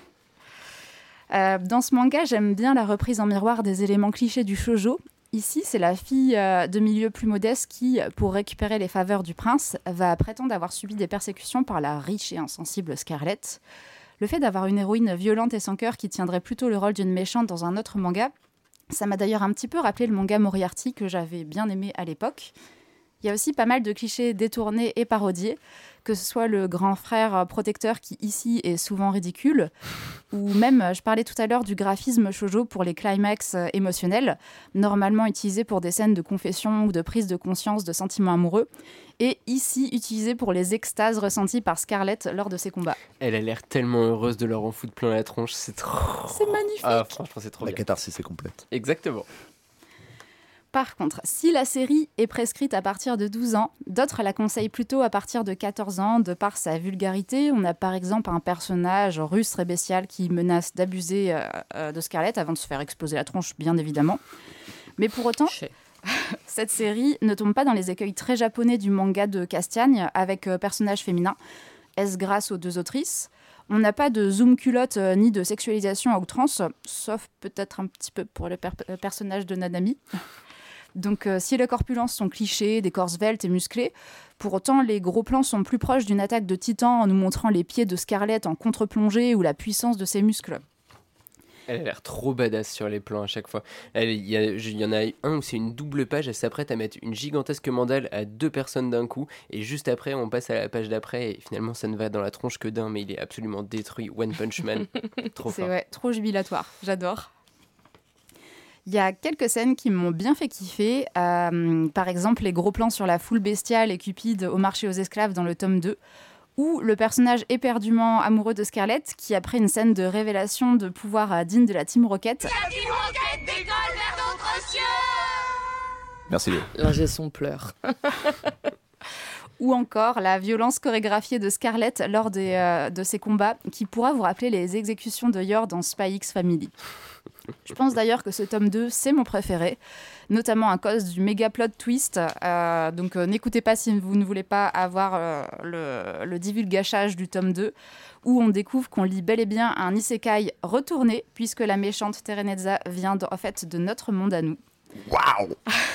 Dans ce manga, j'aime bien la reprise en miroir des éléments clichés du shoujo. Ici, c'est la fille de milieu plus modeste qui, pour récupérer les faveurs du prince, va prétendre avoir subi des persécutions par la riche et insensible Scarlett. Le fait d'avoir une héroïne violente et sans cœur qui tiendrait plutôt le rôle d'une méchante dans un autre manga, ça m'a d'ailleurs un petit peu rappelé le manga Moriarty que j'avais bien aimé à l'époque. Il y a aussi pas mal de clichés détournés et parodiés, que ce soit le grand frère protecteur qui ici est souvent ridicule, ou même, je parlais tout à l'heure du graphisme shoujo pour les climax émotionnels, normalement utilisé pour des scènes de confession ou de prise de conscience de sentiments amoureux, et ici utilisé pour les extases ressenties par Scarlett lors de ses combats. Elle a l'air tellement heureuse de leur en foutre plein la tronche, c'est trop... C'est magnifique. Ah, franchement, c'est trop bien. La catharsis est complète. Exactement. Par contre, si la série est prescrite à partir de 12 ans, d'autres la conseillent plutôt à partir de 14 ans, de par sa vulgarité. On a par exemple un personnage russe très bestial qui menace d'abuser de Scarlett avant de se faire exploser la tronche, bien évidemment. Mais pour autant, cette série ne tombe pas dans les écueils très japonais du manga de Castagne, avec personnage féminin. Est-ce grâce aux 2 autrices ? On n'a pas de zoom culotte ni de sexualisation à outrance, sauf peut-être un petit peu pour le personnage de Nanami. Donc si les corpulences sont clichés, des corps sveltes et musclés, pour autant les gros plans sont plus proches d'une attaque de titan en nous montrant les pieds de Scarlett en contre-plongée ou la puissance de ses muscles. Elle a l'air trop badass sur les plans à chaque fois. Il y en a un où c'est une double page, elle s'apprête à mettre une gigantesque mandale à 2 personnes d'un coup, et juste après on passe à la page d'après, et finalement ça ne va dans la tronche que d'un, mais il est absolument détruit. One Punch Man, trop fort. C'est trop jubilatoire, j'adore. Il y a quelques scènes qui m'ont bien fait kiffer. Par exemple, les gros plans sur la foule bestiale et cupide au marché aux esclaves dans le tome 2, Ou le personnage éperdument amoureux de Scarlett, qui après une scène de révélation de pouvoir digne de la Team Rocket... La Team Rocket décolle vers d'autres cieux. Merci Léo. L'ingé son pleure. Ou encore la violence chorégraphiée de Scarlett lors de ses combats, qui pourra vous rappeler les exécutions de Yor dans Spy X Family. Je pense d'ailleurs que ce tome 2, c'est mon préféré, notamment à cause du méga plot twist. Donc n'écoutez pas si vous ne voulez pas avoir le divulgachage du tome 2, où on découvre qu'on lit bel et bien un isekai retourné, puisque la méchante Tereneza vient en fait de notre monde à nous. Waouh!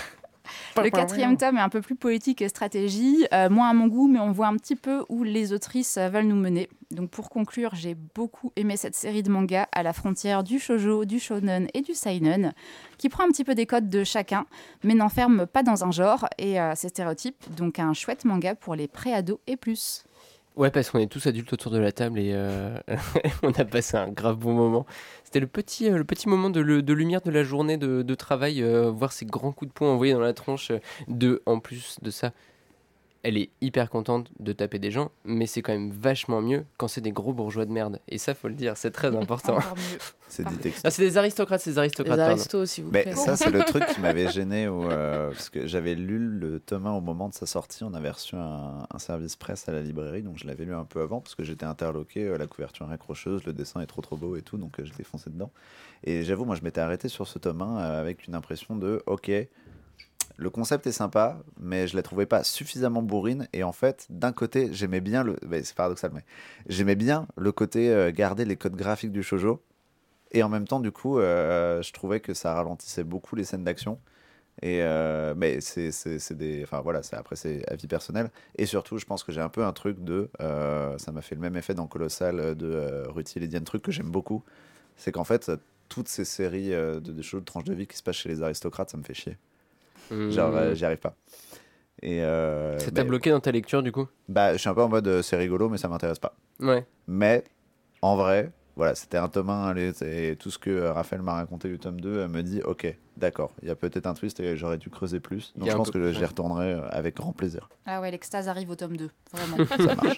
Le 4e tome est un peu plus poétique et stratégie, moins à mon goût, mais on voit un petit peu où les autrices veulent nous mener. Donc pour conclure, j'ai beaucoup aimé cette série de mangas à la frontière du shoujo, du shonen et du seinen, qui prend un petit peu des codes de chacun, mais n'enferme pas dans un genre et ses stéréotypes. Donc un chouette manga pour les pré-ados et plus. Ouais, parce qu'on est tous adultes autour de la table et on a passé un grave bon moment. C'était le petit moment de lumière de la journée de travail, voir ces grands coups de poing envoyés dans la tronche en plus de ça. Elle est hyper contente de taper des gens, mais c'est quand même vachement mieux quand c'est des gros bourgeois de merde. Et ça, faut le dire, c'est très important. C'est des textes. Ah, c'est des aristocrates, Les aristos, s'il vous plaît. Mais ça, c'est le truc qui m'avait gêné, parce que j'avais lu le tome 1 au moment de sa sortie. On avait reçu un service presse à la librairie, donc je l'avais lu un peu avant, parce que j'étais interloqué. La couverture est accrocheuse, le dessin est trop beau et tout, donc je l'ai foncé dedans. Et j'avoue, moi, je m'étais arrêté sur ce tome 1 avec une impression de « Ok, le concept est sympa, mais je la trouvais pas suffisamment bourrine. Et en fait, d'un côté, j'aimais bien c'est paradoxal, mais j'aimais bien le côté garder les codes graphiques du shoujo. Et en même temps, du coup, je trouvais que ça ralentissait beaucoup les scènes d'action. Et mais c'est des, enfin voilà, après c'est avis personnel. Et surtout, je pense que j'ai un peu un truc ça m'a fait le même effet dans Colossal de Ruti Lydian, truc que j'aime beaucoup. C'est qu'en fait, toutes ces séries de shows de tranches de vie qui se passent chez les aristocrates, ça me fait chier. Genre, j'y arrive pas. Et ça t'a bloqué dans ta lecture du coup? Bah, je suis un peu en mode c'est rigolo, mais ça m'intéresse pas. Ouais. Mais en vrai, voilà, c'était un tome 1 et tout ce que Raphaël m'a raconté du tome 2 me dit ok, d'accord, il y a peut-être un twist et j'aurais dû creuser plus. Donc je pense que j'y retournerai avec grand plaisir. Ah ouais, l'extase arrive au tome 2, vraiment. Ça marche.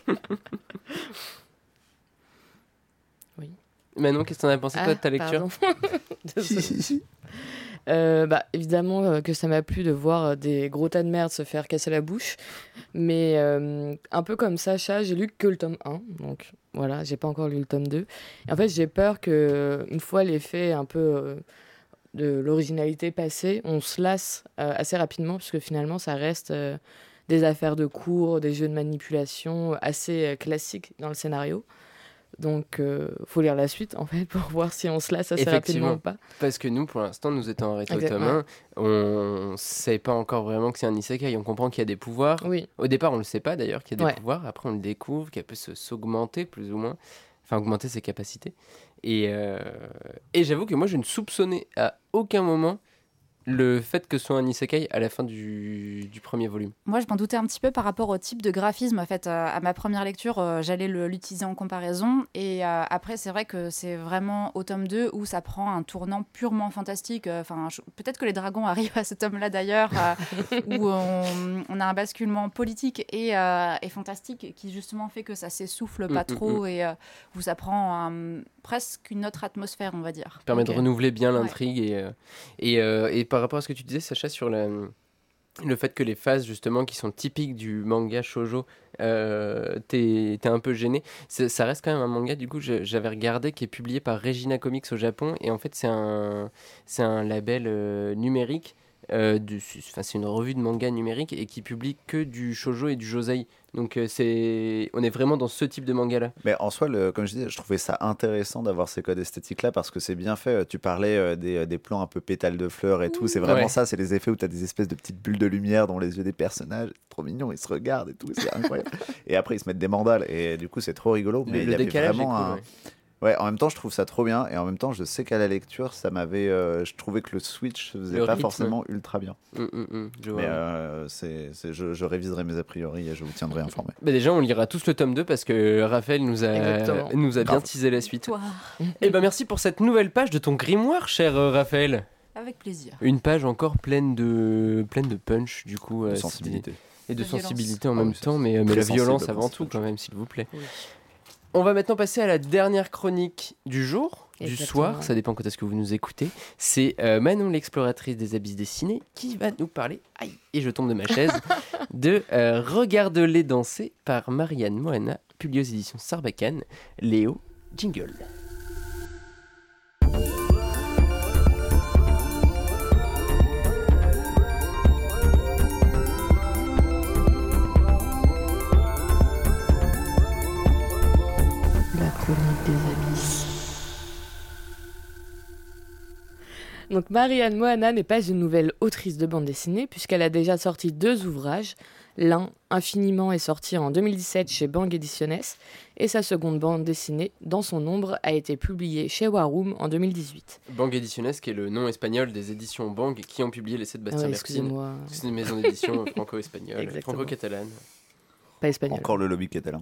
Oui. Manon, qu'est-ce que t'en as pensé toi de ta lecture? Évidemment que ça m'a plu de voir des gros tas de merde se faire casser la bouche, mais un peu comme Sacha, j'ai lu que le tome 1, donc voilà, j'ai pas encore lu le tome 2. Et en fait, j'ai peur qu'une fois l'effet un peu de l'originalité passée, on se lasse assez rapidement, puisque finalement ça reste des affaires de cours, des jeux de manipulation assez classiques dans le scénario. Donc, faut lire la suite, en fait, pour voir si on se lasse assez rapidement ou pas. Parce que nous, pour l'instant, nous étant arrêtés au tome 1, on ne sait pas encore vraiment que c'est un isekai. On comprend qu'il y a des pouvoirs. Oui. Au départ, on ne le sait pas, d'ailleurs, qu'il y a des pouvoirs. Après, on le découvre, qu'elle peut s'augmenter, plus ou moins. Enfin, augmenter ses capacités. Et j'avoue que moi, je ne soupçonnais à aucun moment le fait que ce soit un isekai à la fin du premier volume. Moi, je m'en doutais un petit peu par rapport au type de graphisme. En fait, à ma première lecture, j'allais l'utiliser en comparaison. Et après, c'est vrai que c'est vraiment au tome 2 où ça prend un tournant purement fantastique. Peut-être que les dragons arrivent à ce tome-là d'ailleurs, où on a un basculement politique et fantastique qui justement fait que ça s'essouffle pas trop et où ça prend presque une autre atmosphère, on va dire. Permet de renouveler bien l'intrigue et par rapport à ce que tu disais, Sacha, sur le fait que les phases justement qui sont typiques du manga shoujo, t'es un peu gêné. Ça reste quand même un manga, du coup, j'avais regardé, qui est publié par Regina Comics au Japon, et en fait c'est un label numérique. C'est une revue de manga numérique et qui publie que du shoujo et du josei. Donc on est vraiment dans ce type de manga là. Mais en soi, comme je disais, je trouvais ça intéressant d'avoir ces codes esthétiques là parce que c'est bien fait. Tu parlais des plans un peu pétales de fleurs et tout. C'est vraiment ça, c'est les effets où tu as des espèces de petites bulles de lumière dans les yeux des personnages. C'est trop mignon, ils se regardent et tout, c'est incroyable. Et après ils se mettent des mandales et du coup c'est trop rigolo. Mais il y avait vraiment Ouais, en même temps, je trouve ça trop bien. Et en même temps, je sais qu'à la lecture, ça m'avait. Je trouvais que le switch se faisait pas forcément ultra bien. Mais je réviserai mes a priori et je vous tiendrai informé. Bah déjà, on lira tous le tome 2 parce que Raphaël nous a bien teasé la suite. Et ben merci pour cette nouvelle page de ton grimoire, cher Raphaël. Avec plaisir. Une page encore pleine de punch, du coup. De sensibilité. Et de De violence. sensibilité en Ah même oui, c'est temps, mais très la sensible, violence avant principalement. tout, quand même, s'il vous plaît. Oui. On va maintenant passer à la dernière chronique du jour, du Exactement. soir, ça dépend quand est-ce que vous nous écoutez. C'est Manon, l'exploratrice des abysses dessinés, qui va nous parler, aïe, et je tombe de ma chaise, de Regarde-les danser par Marianne Moana, publié aux éditions Sarbacane. Léo, jingle. La chronique des abysses. Donc Marianne Moana n'est pas une nouvelle autrice de bande dessinée puisqu'elle a déjà sorti 2 ouvrages. L'un, Infiniment, est sorti en 2017 chez Bang Ediciones et sa seconde bande dessinée, Dans son ombre, a été publiée chez Warum en 2018. Bang Ediciones, qui est le nom espagnol des éditions Bang qui ont publié l'essai de Bastien Bertine. Excusez-moi, C'est une maison d'édition franco-espagnole, Exactement. franco-catalane. pas espagnol. Encore le lobby catalan.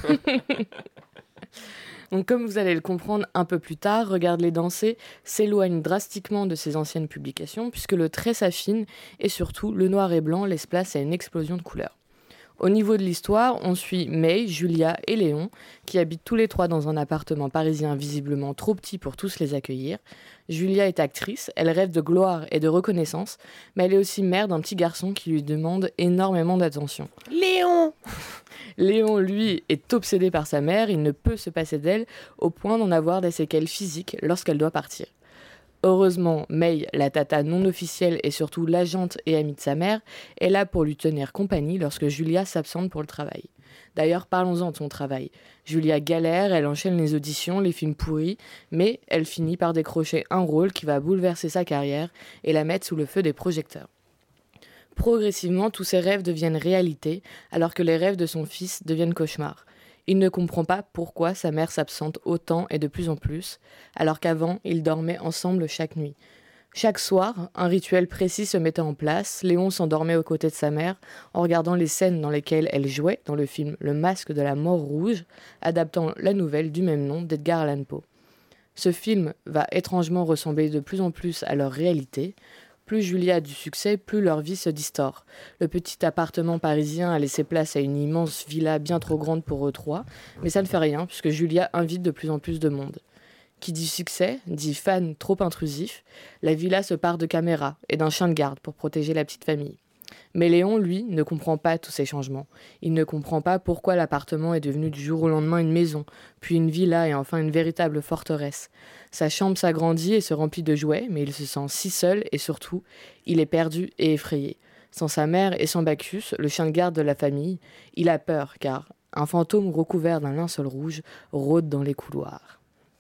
Donc comme vous allez le comprendre un peu plus tard, Regarde-les danser s'éloigne drastiquement de ses anciennes publications puisque le trait s'affine et surtout le noir et blanc laisse place à une explosion de couleurs. Au niveau de l'histoire, on suit May, Julia et Léon qui habitent tous les 3 dans un appartement parisien visiblement trop petit pour tous les accueillir. Julia est actrice, elle rêve de gloire et de reconnaissance, mais elle est aussi mère d'un petit garçon qui lui demande énormément d'attention. Léon! Léon, lui, est obsédé par sa mère, il ne peut se passer d'elle au point d'en avoir des séquelles physiques lorsqu'elle doit partir. Heureusement, May, la tata non officielle et surtout l'agente et amie de sa mère, est là pour lui tenir compagnie lorsque Julia s'absente pour le travail. D'ailleurs, parlons-en de son travail. Julia galère, elle enchaîne les auditions, les films pourris, mais elle finit par décrocher un rôle qui va bouleverser sa carrière et la mettre sous le feu des projecteurs. Progressivement, tous ses rêves deviennent réalité, alors que les rêves de son fils deviennent cauchemars. Il ne comprend pas pourquoi sa mère s'absente autant et de plus en plus, alors qu'avant, ils dormaient ensemble chaque nuit. Chaque soir, un rituel précis se mettait en place. Léon s'endormait aux côtés de sa mère en regardant les scènes dans lesquelles elle jouait dans le film Le Masque de la Mort Rouge, adaptant la nouvelle du même nom d'Edgar Allan Poe. Ce film va étrangement ressembler de plus en plus à leur réalité. Plus Julia a du succès, plus leur vie se distord. Le petit appartement parisien a laissé place à une immense villa bien trop grande pour eux 3, mais ça ne fait rien puisque Julia invite de plus en plus de monde. Qui dit succès, dit fan trop intrusif, la villa se pare de caméras et d'un chien de garde pour protéger la petite famille. Mais Léon, lui, ne comprend pas tous ces changements. Il ne comprend pas pourquoi l'appartement est devenu du jour au lendemain une maison, puis une villa et enfin une véritable forteresse. Sa chambre s'agrandit et se remplit de jouets, mais il se sent si seul et surtout, il est perdu et effrayé. Sans sa mère et sans Bacchus, le chien de garde de la famille, il a peur car un fantôme recouvert d'un linceul rouge rôde dans les couloirs.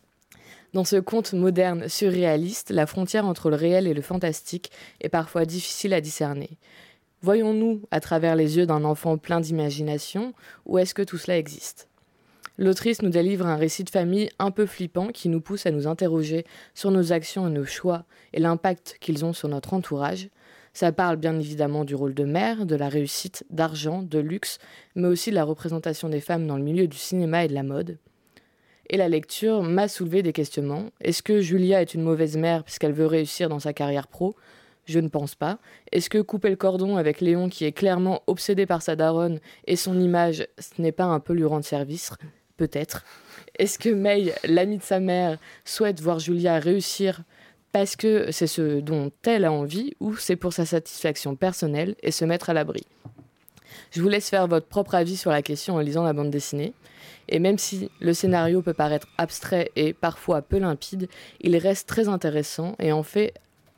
Dans ce conte moderne surréaliste, la frontière entre le réel et le fantastique est parfois difficile à discerner. Voyons-nous à travers les yeux d'un enfant plein d'imagination ou est-ce que tout cela existe ? L'autrice nous délivre un récit de famille un peu flippant qui nous pousse à nous interroger sur nos actions et nos choix et l'impact qu'ils ont sur notre entourage. Ça parle bien évidemment du rôle de mère, de la réussite, d'argent, de luxe, mais aussi de la représentation des femmes dans le milieu du cinéma et de la mode. Et la lecture m'a soulevé des questionnements. Est-ce que Julia est une mauvaise mère puisqu'elle veut réussir dans sa carrière pro ? Je ne pense pas. Est-ce que couper le cordon avec Léon qui est clairement obsédé par sa daronne et son image, ce n'est pas un peu lui rendre service ? Peut-être. Est-ce que May, l'amie de sa mère, souhaite voir Julia réussir parce que c'est ce dont elle a envie ou c'est pour sa satisfaction personnelle et se mettre à l'abri ? Je vous laisse faire votre propre avis sur la question en lisant la bande dessinée. Et même si le scénario peut paraître abstrait et parfois peu limpide, il reste très intéressant et en fait,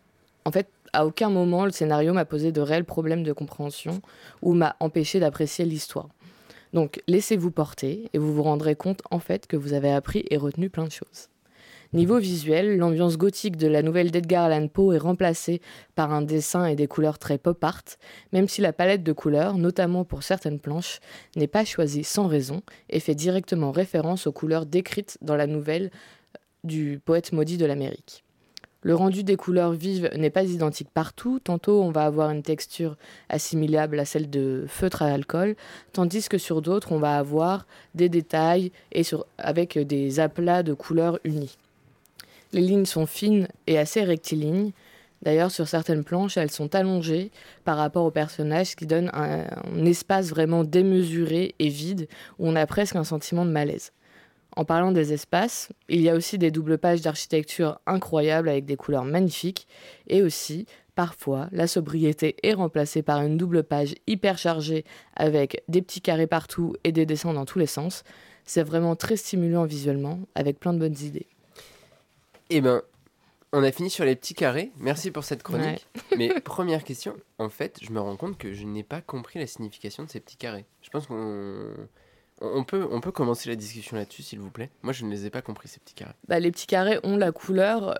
à aucun moment le scénario m'a posé de réels problèmes de compréhension ou m'a empêché d'apprécier l'histoire. Donc laissez-vous porter et vous vous rendrez compte en fait que vous avez appris et retenu plein de choses. Niveau visuel, l'ambiance gothique de la nouvelle d'Edgar Allan Poe est remplacée par un dessin et des couleurs très pop art, même si la palette de couleurs, notamment pour certaines planches, n'est pas choisie sans raison et fait directement référence aux couleurs décrites dans la nouvelle du poète maudit de l'Amérique. Le rendu des couleurs vives n'est pas identique partout, tantôt on va avoir une texture assimilable à celle de feutre à alcool, tandis que sur d'autres on va avoir des détails avec des aplats de couleurs unis. Les lignes sont fines et assez rectilignes, D'ailleurs, sur certaines planches, elles sont allongées par rapport aux personnages, ce qui donne un espace vraiment démesuré et vide, où on a presque un sentiment de malaise. En parlant des espaces, il y a aussi des doubles pages d'architecture incroyables avec des couleurs magnifiques, et aussi, parfois, la sobriété est remplacée par une double page hyper chargée avec des petits carrés partout et des dessins dans tous les sens. C'est vraiment très stimulant visuellement, avec plein de bonnes idées. Eh ben, on a fini sur les petits carrés. Merci pour cette chronique. Mais première question, en fait, je me rends compte que je n'ai pas compris la signification de ces petits carrés. Je pense qu'on peut commencer la discussion là-dessus, s'il vous plaît. Moi, je ne les ai pas compris, ces petits carrés. Les petits carrés ont la couleur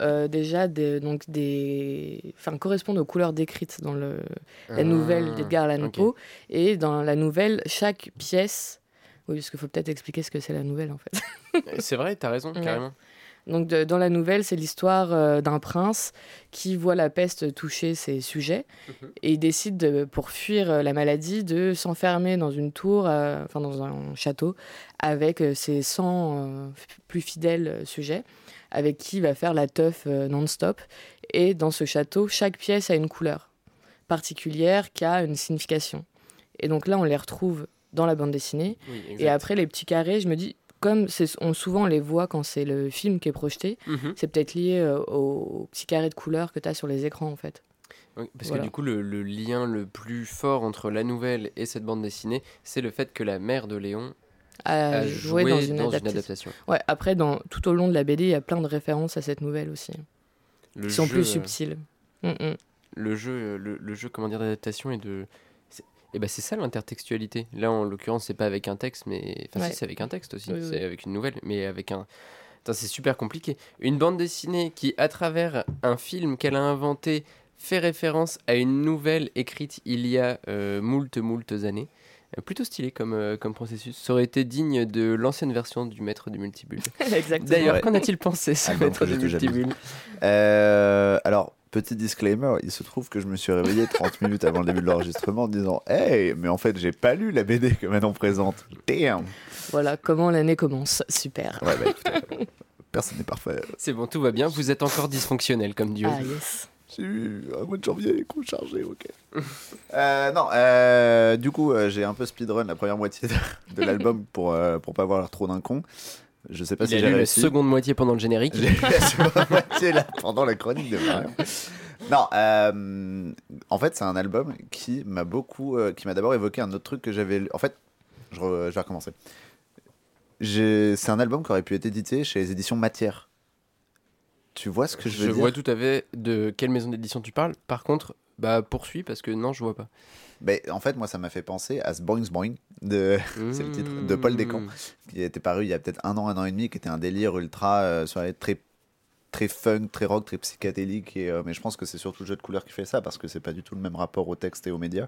correspondent aux couleurs décrites dans la nouvelle d'Edgar Allan Poe. Okay. Et dans la nouvelle, chaque pièce... Oui, parce qu'il faut peut-être expliquer ce que c'est la nouvelle, en fait. C'est vrai, t'as raison, carrément. Donc, dans la nouvelle, c'est l'histoire d'un prince qui voit la peste toucher ses sujets et il décide, pour fuir la maladie, de s'enfermer dans une tour, dans un château, avec ses 100 plus fidèles sujets, avec qui il va faire la teuf non-stop. Et dans ce château, chaque pièce a une couleur particulière qui a une signification. Et donc là, on les retrouve dans la bande dessinée. Oui, et après, les petits carrés, je me dis, comme souvent on les voit quand c'est le film qui est projeté, c'est peut-être lié aux petits carrés de couleurs que tu as sur les écrans, en fait. Oui, parce que du coup, le lien le plus fort entre la nouvelle et cette bande dessinée, c'est le fait que la mère de Léon a joué dans une adaptation. Ouais, après, tout au long de la BD, il y a plein de références à cette nouvelle aussi, qui sont plus subtiles. Le jeu, comment dire, d'adaptation et de... c'est ça l'intertextualité. Là, en l'occurrence, c'est pas avec un texte, mais... Enfin, si, c'est avec un texte aussi. C'est avec une nouvelle, mais avec un... c'est super compliqué. Une bande dessinée qui, à travers un film qu'elle a inventé, fait référence à une nouvelle écrite il y a moult années. Plutôt stylé comme processus. Ça aurait été digne de l'ancienne version du Maître du Multibulle. Exactement. D'ailleurs, qu'en a-t-il pensé, ce Maître du Multibulle ? Alors... Petit disclaimer, il se trouve que je me suis réveillé 30 minutes avant le début de l'enregistrement en disant « Hey, mais en fait, j'ai pas lu la BD que Manon présente. Damn !» Voilà comment l'année commence. Super. Ouais, écoutez, personne n'est parfait. C'est bon, tout va bien. Vous êtes encore dysfonctionnel comme Dieu. Ah, yes. J'ai eu un mois de janvier, coup chargé, ok. Du coup, j'ai un peu speedrun la première moitié de l'album pour pas voir l'air trop d'un con. Je sais pas si j'ai réussi. La seconde moitié pendant le générique. J'ai la seconde moitié là, pendant la chronique de Marion. Non, en fait, c'est un album qui m'a d'abord évoqué un autre truc que j'avais lu. En fait, je vais recommencer. C'est un album qui aurait pu être édité chez les éditions Matière. Tu vois ce que je veux dire ? Je vois tout à fait de quelle maison d'édition tu parles. Par contre, poursuis parce que non, je vois pas. En fait, moi, ça m'a fait penser à Boing Boing, c'est le titre, de Paul Descamps, qui était paru il y a peut-être un an et demi, qui était un délire ultra très, très funk, très rock, très psychédélique. Mais je pense que c'est surtout le jeu de couleurs qui fait ça, parce que c'est pas du tout le même rapport au texte et aux médias.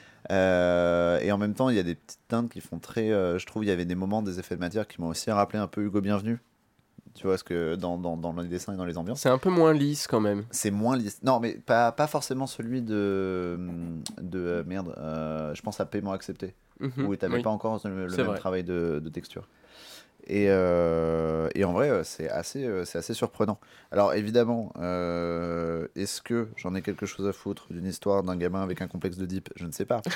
Et en même temps, il y a des petites teintes qui font très... je trouve il y avait des moments, des effets de matière qui m'ont aussi rappelé un peu Hugo Bienvenu. Tu vois, ce que dans les dessins et dans les ambiances. C'est un peu moins lisse quand même. C'est moins lisse. Non, mais pas forcément celui de merde. Je pense à Paiement accepté. Où tu n'avais pas encore le même travail de texture. Et en vrai, c'est assez surprenant. Alors évidemment, est-ce que j'en ai quelque chose à foutre d'une histoire d'un gamin avec un complexe d'Oedipe ? Je ne sais pas.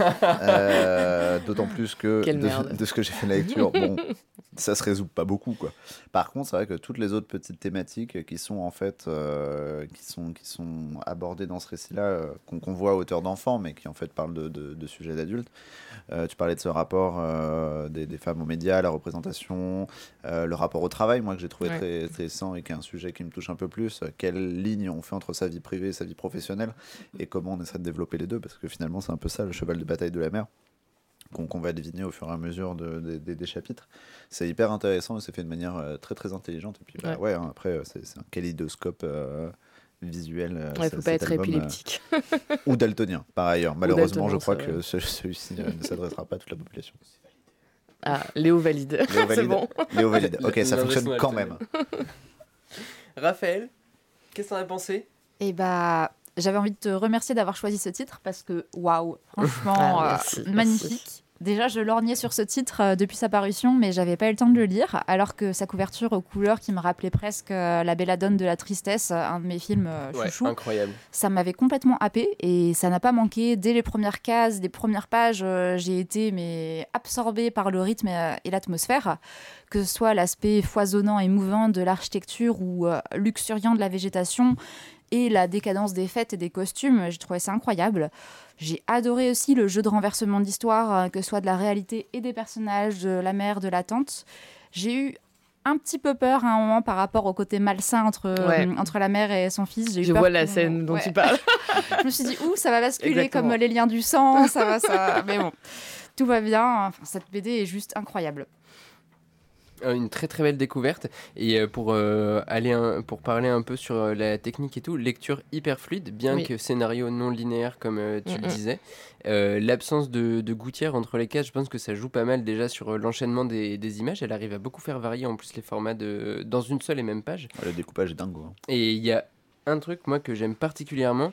D'autant plus que de ce que j'ai fait de la lecture, bon, ça se résout pas beaucoup, quoi. Par contre, c'est vrai que toutes les autres petites thématiques qui sont en fait qui sont abordées dans ce récit-là, qu'on voit à hauteur d'enfant, mais qui en fait parlent de sujets d'adultes. Tu parlais de ce rapport des femmes aux médias, la représentation, le rapport au travail, moi que j'ai trouvé très intéressant et qui est un sujet qui me touche un peu plus. Quelle ligne on fait entre sa vie privée et sa vie professionnelle et comment on essaie de développer les deux, parce que finalement c'est un peu ça le cheval de bataille de la mère qu'on va deviner au fur et à mesure des chapitres. C'est hyper intéressant et c'est fait de manière très très intelligente. Et puis après c'est un kaléidoscope visuel. Il ne faut pas être épileptique. Ou daltonien, par ailleurs. Malheureusement, je crois que celui-ci ne s'adressera pas à toute la population. Ah, Léo valide. C'est bon. Léo valide. Ok, ça fonctionne quand même. Raphaël, qu'est-ce que t'en as pensé ? J'avais envie de te remercier d'avoir choisi ce titre parce que, waouh, franchement, magnifique. Déjà, je lorgnais sur ce titre depuis sa parution, mais j'avais pas eu le temps de le lire, alors que sa couverture aux couleurs qui me rappelait presque La Belladone de la tristesse, un de mes films chouchou. Incroyable. Ça m'avait complètement happé et ça n'a pas manqué. Dès les premières cases, les premières pages, j'ai été absorbée par le rythme et l'atmosphère, que ce soit l'aspect foisonnant et mouvant de l'architecture ou luxuriant de la végétation et la décadence des fêtes et des costumes. J'ai trouvé ça incroyable. J'ai adoré aussi le jeu de renversement d'histoire, que ce soit de la réalité et des personnages, de la mère, de la tante. J'ai eu un petit peu peur à un moment par rapport au côté malsain entre la mère et son fils. Je vois la scène dont tu parles. Je me suis dit, ça va basculer Exactement. comme les liens du sang, ça va. Mais bon, tout va bien. Enfin, cette BD est juste incroyable. Une très très belle découverte. Et pour parler un peu sur la technique et tout, lecture hyper fluide, bien que scénario non linéaire comme tu le disais. L'absence de gouttière entre les cases, je pense que ça joue pas mal déjà sur l'enchaînement des images. Elle arrive à beaucoup faire varier en plus les formats dans une seule et même page. Le découpage est dingo. Hein. Et il y a un truc moi que j'aime particulièrement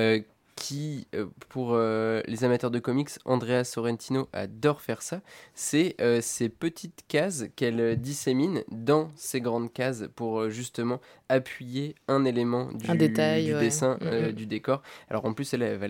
qui, pour les amateurs de comics, Andrea Sorrentino adore faire ça, c'est ces petites cases qu'elle dissémine dans ces grandes cases pour justement appuyer un élément du dessin, du décor. Alors en plus, elle va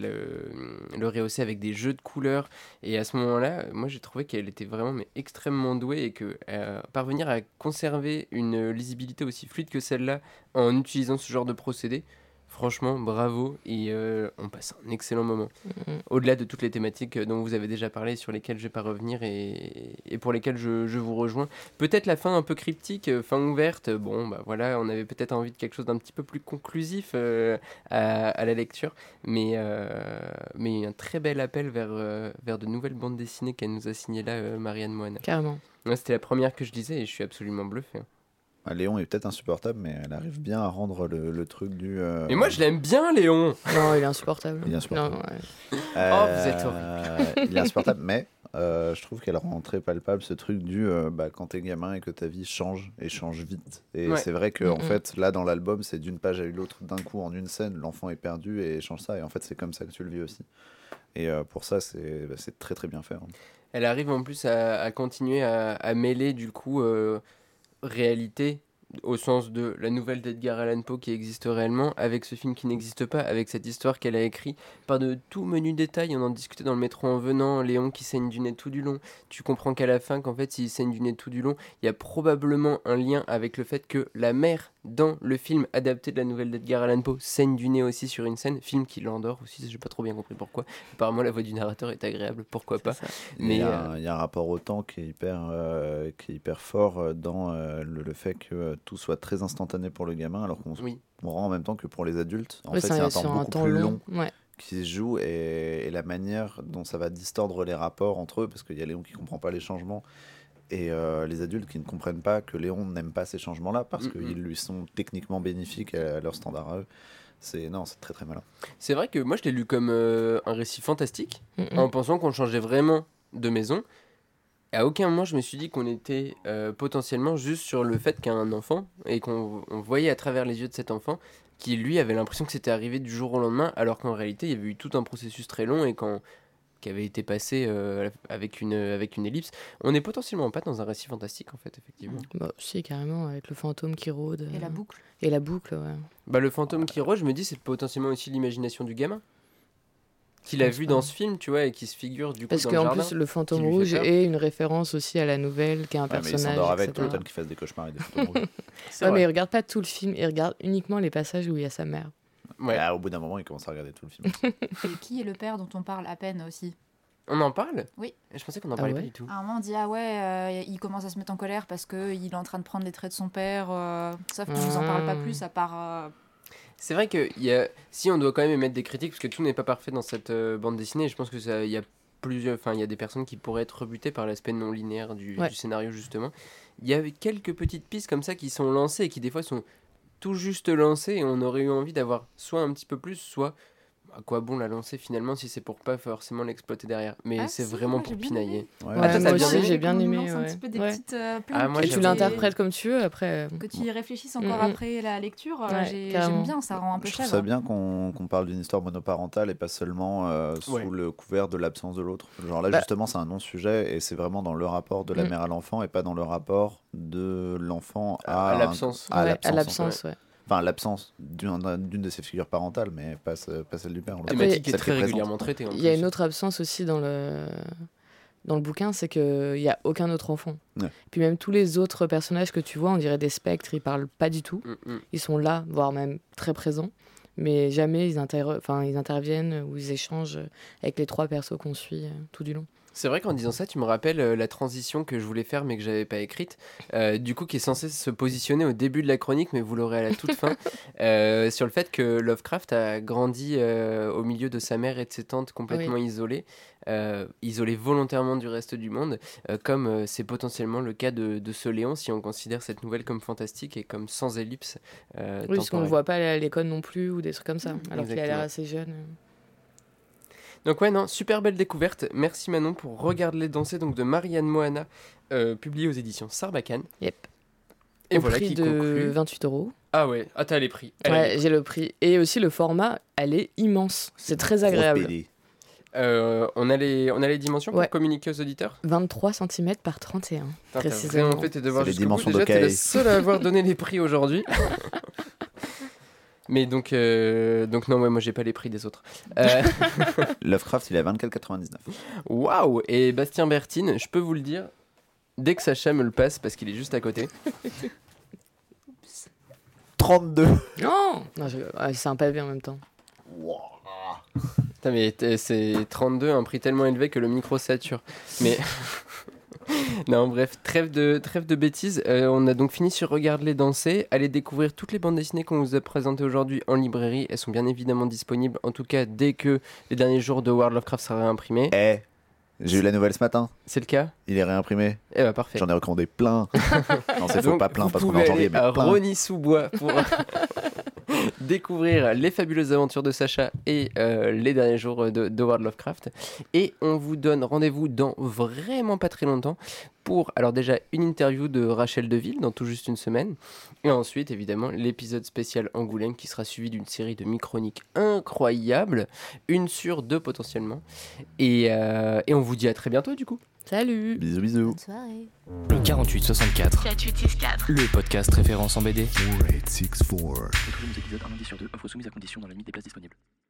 le rehausser avec des jeux de couleurs, et à ce moment-là, moi j'ai trouvé qu'elle était vraiment extrêmement douée, et que parvenir à conserver une lisibilité aussi fluide que celle-là en utilisant ce genre de procédé, franchement, bravo, et on passe un excellent moment. Au-delà de toutes les thématiques dont vous avez déjà parlé, sur lesquelles je ne vais pas revenir et pour lesquelles je vous rejoins. Peut-être la fin un peu cryptique, fin ouverte, voilà, on avait peut-être envie de quelque chose d'un petit peu plus conclusif à la lecture, mais un très bel appel vers de nouvelles bandes dessinées qu'elle nous a signées là, Marianne Moine. Carrément. Ouais, c'était la première que je lisais et je suis absolument bluffé. Léon est peut-être insupportable, mais elle arrive bien à rendre le truc du... Mais moi, je l'aime bien, Léon. Non, il est insupportable. Il est insupportable. Non, ouais. Vous êtes horrible. Il est insupportable, mais je trouve qu'elle rend très palpable ce truc du quand t'es gamin et que ta vie change, et change vite. Et c'est vrai que en fait, là, dans l'album, c'est d'une page à l'autre, d'un coup, en une scène, l'enfant est perdu et change ça. Et en fait, c'est comme ça que tu le vis aussi. Et pour ça, c'est très très bien fait. Hein. Elle arrive en plus à continuer à mêler, du coup... réalité, au sens de la nouvelle d'Edgar Allan Poe qui existe réellement, avec ce film qui n'existe pas, avec cette histoire qu'elle a écrite par de tout menus détails. On en discutait dans le métro en venant, Léon qui saigne du nez tout du long. Tu comprends qu'à la fin, qu'en fait, s'il saigne du nez tout du long, il y a probablement un lien avec le fait que la mère, dans le film adapté de la nouvelle d'Edgar Allan Poe, saigne du nez aussi sur une scène, film qui l'endort aussi, j'ai pas trop bien compris pourquoi. Apparemment, la voix du narrateur est agréable, pourquoi pas. Mais il y a un rapport au temps qui est hyper fort dans le fait que tout soit très instantané pour le gamin, alors qu'on rend en même temps que pour les adultes. En fait, c'est un temps beaucoup plus long qui se joue, et la manière dont ça va distordre les rapports entre eux, parce qu'il y a Léon qui comprend pas les changements, et les adultes qui ne comprennent pas que Léon n'aime pas ces changements-là, parce qu'ils lui sont techniquement bénéfiques à leur standard à eux. C'est très très malin. C'est vrai que moi je l'ai lu comme un récit fantastique, en pensant qu'on changeait vraiment de maison. À aucun moment je me suis dit qu'on était potentiellement juste sur le fait qu'il y a un enfant, et qu'on voyait à travers les yeux de cet enfant qui lui avait l'impression que c'était arrivé du jour au lendemain, alors qu'en réalité il y avait eu tout un processus très long et qui avait été passé avec une ellipse. On n'est potentiellement pas dans un récit fantastique, en fait, effectivement. Bah, si, carrément, avec le fantôme qui rôde. Et la boucle. Et la boucle, ouais. Bah, le fantôme qui rôde, je me dis, c'est potentiellement aussi l'imagination du gamin. Qu'il a vu dans ce film, tu vois, et qui se figure du coup parce dans le jardin. Parce qu'en plus, le fantôme rouge est une référence aussi à la nouvelle, qui est un personnage. Mais il s'endort avec tout le temps qu'il fasse des cauchemars et des fantômes rouges. Mais il regarde pas tout le film, il regarde uniquement les passages où il y a sa mère. Ouais. Là, au bout d'un moment, il commence à regarder tout le film. Et qui est le père dont on parle à peine aussi? On en parle? Oui. Je pensais qu'on en parlait pas du tout. À un moment, on dit il commence à se mettre en colère parce qu'il est en train de prendre les traits de son père. Sauf qu'on nous en parle pas plus, à part. C'est vrai que si on doit quand même émettre des critiques, parce que tout n'est pas parfait dans cette bande dessinée, je pense que il y a des personnes qui pourraient être rebutées par l'aspect non linéaire du scénario, justement. Il y a quelques petites pistes comme ça qui sont lancées et qui des fois sont tout juste lancées, et on aurait eu envie d'avoir soit un petit peu plus, soit à quoi bon la lancer finalement si c'est pour pas forcément l'exploiter derrière. Mais c'est si, vraiment moi, pour j'ai bien pinailler. Ouais. Ouais, t'as moi bien aussi, aimé j'ai bien Qu'on aimé. nous lance un Ouais. petit peu des Ouais. petites Ah, moi, Et j'avoue. tu l'interprètes comme tu veux après. que tu y réfléchisses encore Mm-mm. après la lecture. Ouais, carrément. J'aime bien, ça rend un peu Je trouve chèvre. ça bien qu'on parle d'une histoire monoparentale et pas seulement sous Ouais. le couvert de l'absence de l'autre. Genre là, Bah. justement, c'est un non-sujet et c'est vraiment dans le rapport de la Mm. mère à l'enfant et pas dans le rapport de l'enfant à, À l'absence. À Ouais, l'absence. à l'absence, ouais. Enfin, l'absence d'une de ses figures parentales, mais pas celle du père. en l'occurrence. Thématique qui est Celle très présente. régulièrement traitée. en Il y a plus. une autre absence aussi dans le bouquin, c'est qu'il n'y a aucun autre enfant. Ouais. Puis même tous les autres personnages que tu vois, on dirait des spectres, ils parlent pas du tout. Ils sont là, voire même très présents, mais jamais ils interviennent ou ils échangent avec les 3 persos qu'on suit tout du long. C'est vrai qu'en disant ça, tu me rappelles la transition que je voulais faire mais que j'avais pas écrite, du coup qui est censée se positionner au début de la chronique, mais vous l'aurez à la toute fin, sur le fait que Lovecraft a grandi au milieu de sa mère et de ses tantes complètement isolées, isolées volontairement du reste du monde, comme c'est potentiellement le cas de ce Léon si on considère cette nouvelle comme fantastique et comme sans ellipse. Oui, parce qu'on ne le voit pas aller à l'école non plus ou des trucs comme ça, alors qu'il a l'air Exactement. assez jeune. Donc ouais, non, super belle découverte. Merci Manon pour Regarde-les danser, donc de Marianne Moana, publié aux éditions Sarbacane. Yep. Et Au voilà prix qui de conclut. 28 €. Ah ouais, ah t'as les prix. Ouais, j'ai le prix. Et aussi le format, elle est immense. C'est très Grosse agréable. BD. On a les dimensions pour Ouais. communiquer aux auditeurs. 23 cm par 31. Putain, t'as précisément. vraiment fait tes devoirs C'est les jusqu'au bout. dimensions Déjà, t'es la d'Okai. seule à avoir donné les prix aujourd'hui. Mais donc non, ouais, moi j'ai pas les prix des autres. Lovecraft, il est à 24,99. Waouh. Et Bastien Bertine, je peux vous le dire, dès que Sacha me le passe, parce qu'il est juste à côté. 32. Non, c'est un pavé en même temps. Putain, mais c'est 32, un prix tellement élevé que le micro sature. Mais non, bref, trêve de bêtises. On a donc fini sur Regarde-les danser. Allez découvrir toutes les bandes dessinées qu'on vous a présentées aujourd'hui en librairie. Elles sont bien évidemment disponibles, en tout cas dès que les derniers jours de World of Lovecraft sera réimprimé. J'ai eu la nouvelle ce matin. C'est le cas? Il est réimprimé. Eh bah parfait. J'en ai recommandé plein. Non, c'est faux, Donc, pas plein vous parce qu'on est pouvez en janvier, aller mais à plein. Rosny-sous-Bois pour découvrir les fabuleuses aventures de Sacha et les derniers jours de World of Lovecraft. Et on vous donne rendez-vous dans vraiment pas très longtemps pour, alors déjà, une interview de Rachel Deville dans tout juste une semaine. Et ensuite, évidemment, l'épisode spécial Angoulême qui sera suivi d'une série de microniques incroyables, 1 sur 2 potentiellement. Et on vous dit à très bientôt du coup. Salut. Bisous, bisous. Bonne soirée. Le 4864, 4864. le podcast référence en BD. 4864. Retrouvez nos épisodes un lundi sur 2, offre soumise à condition dans la limite des places disponibles.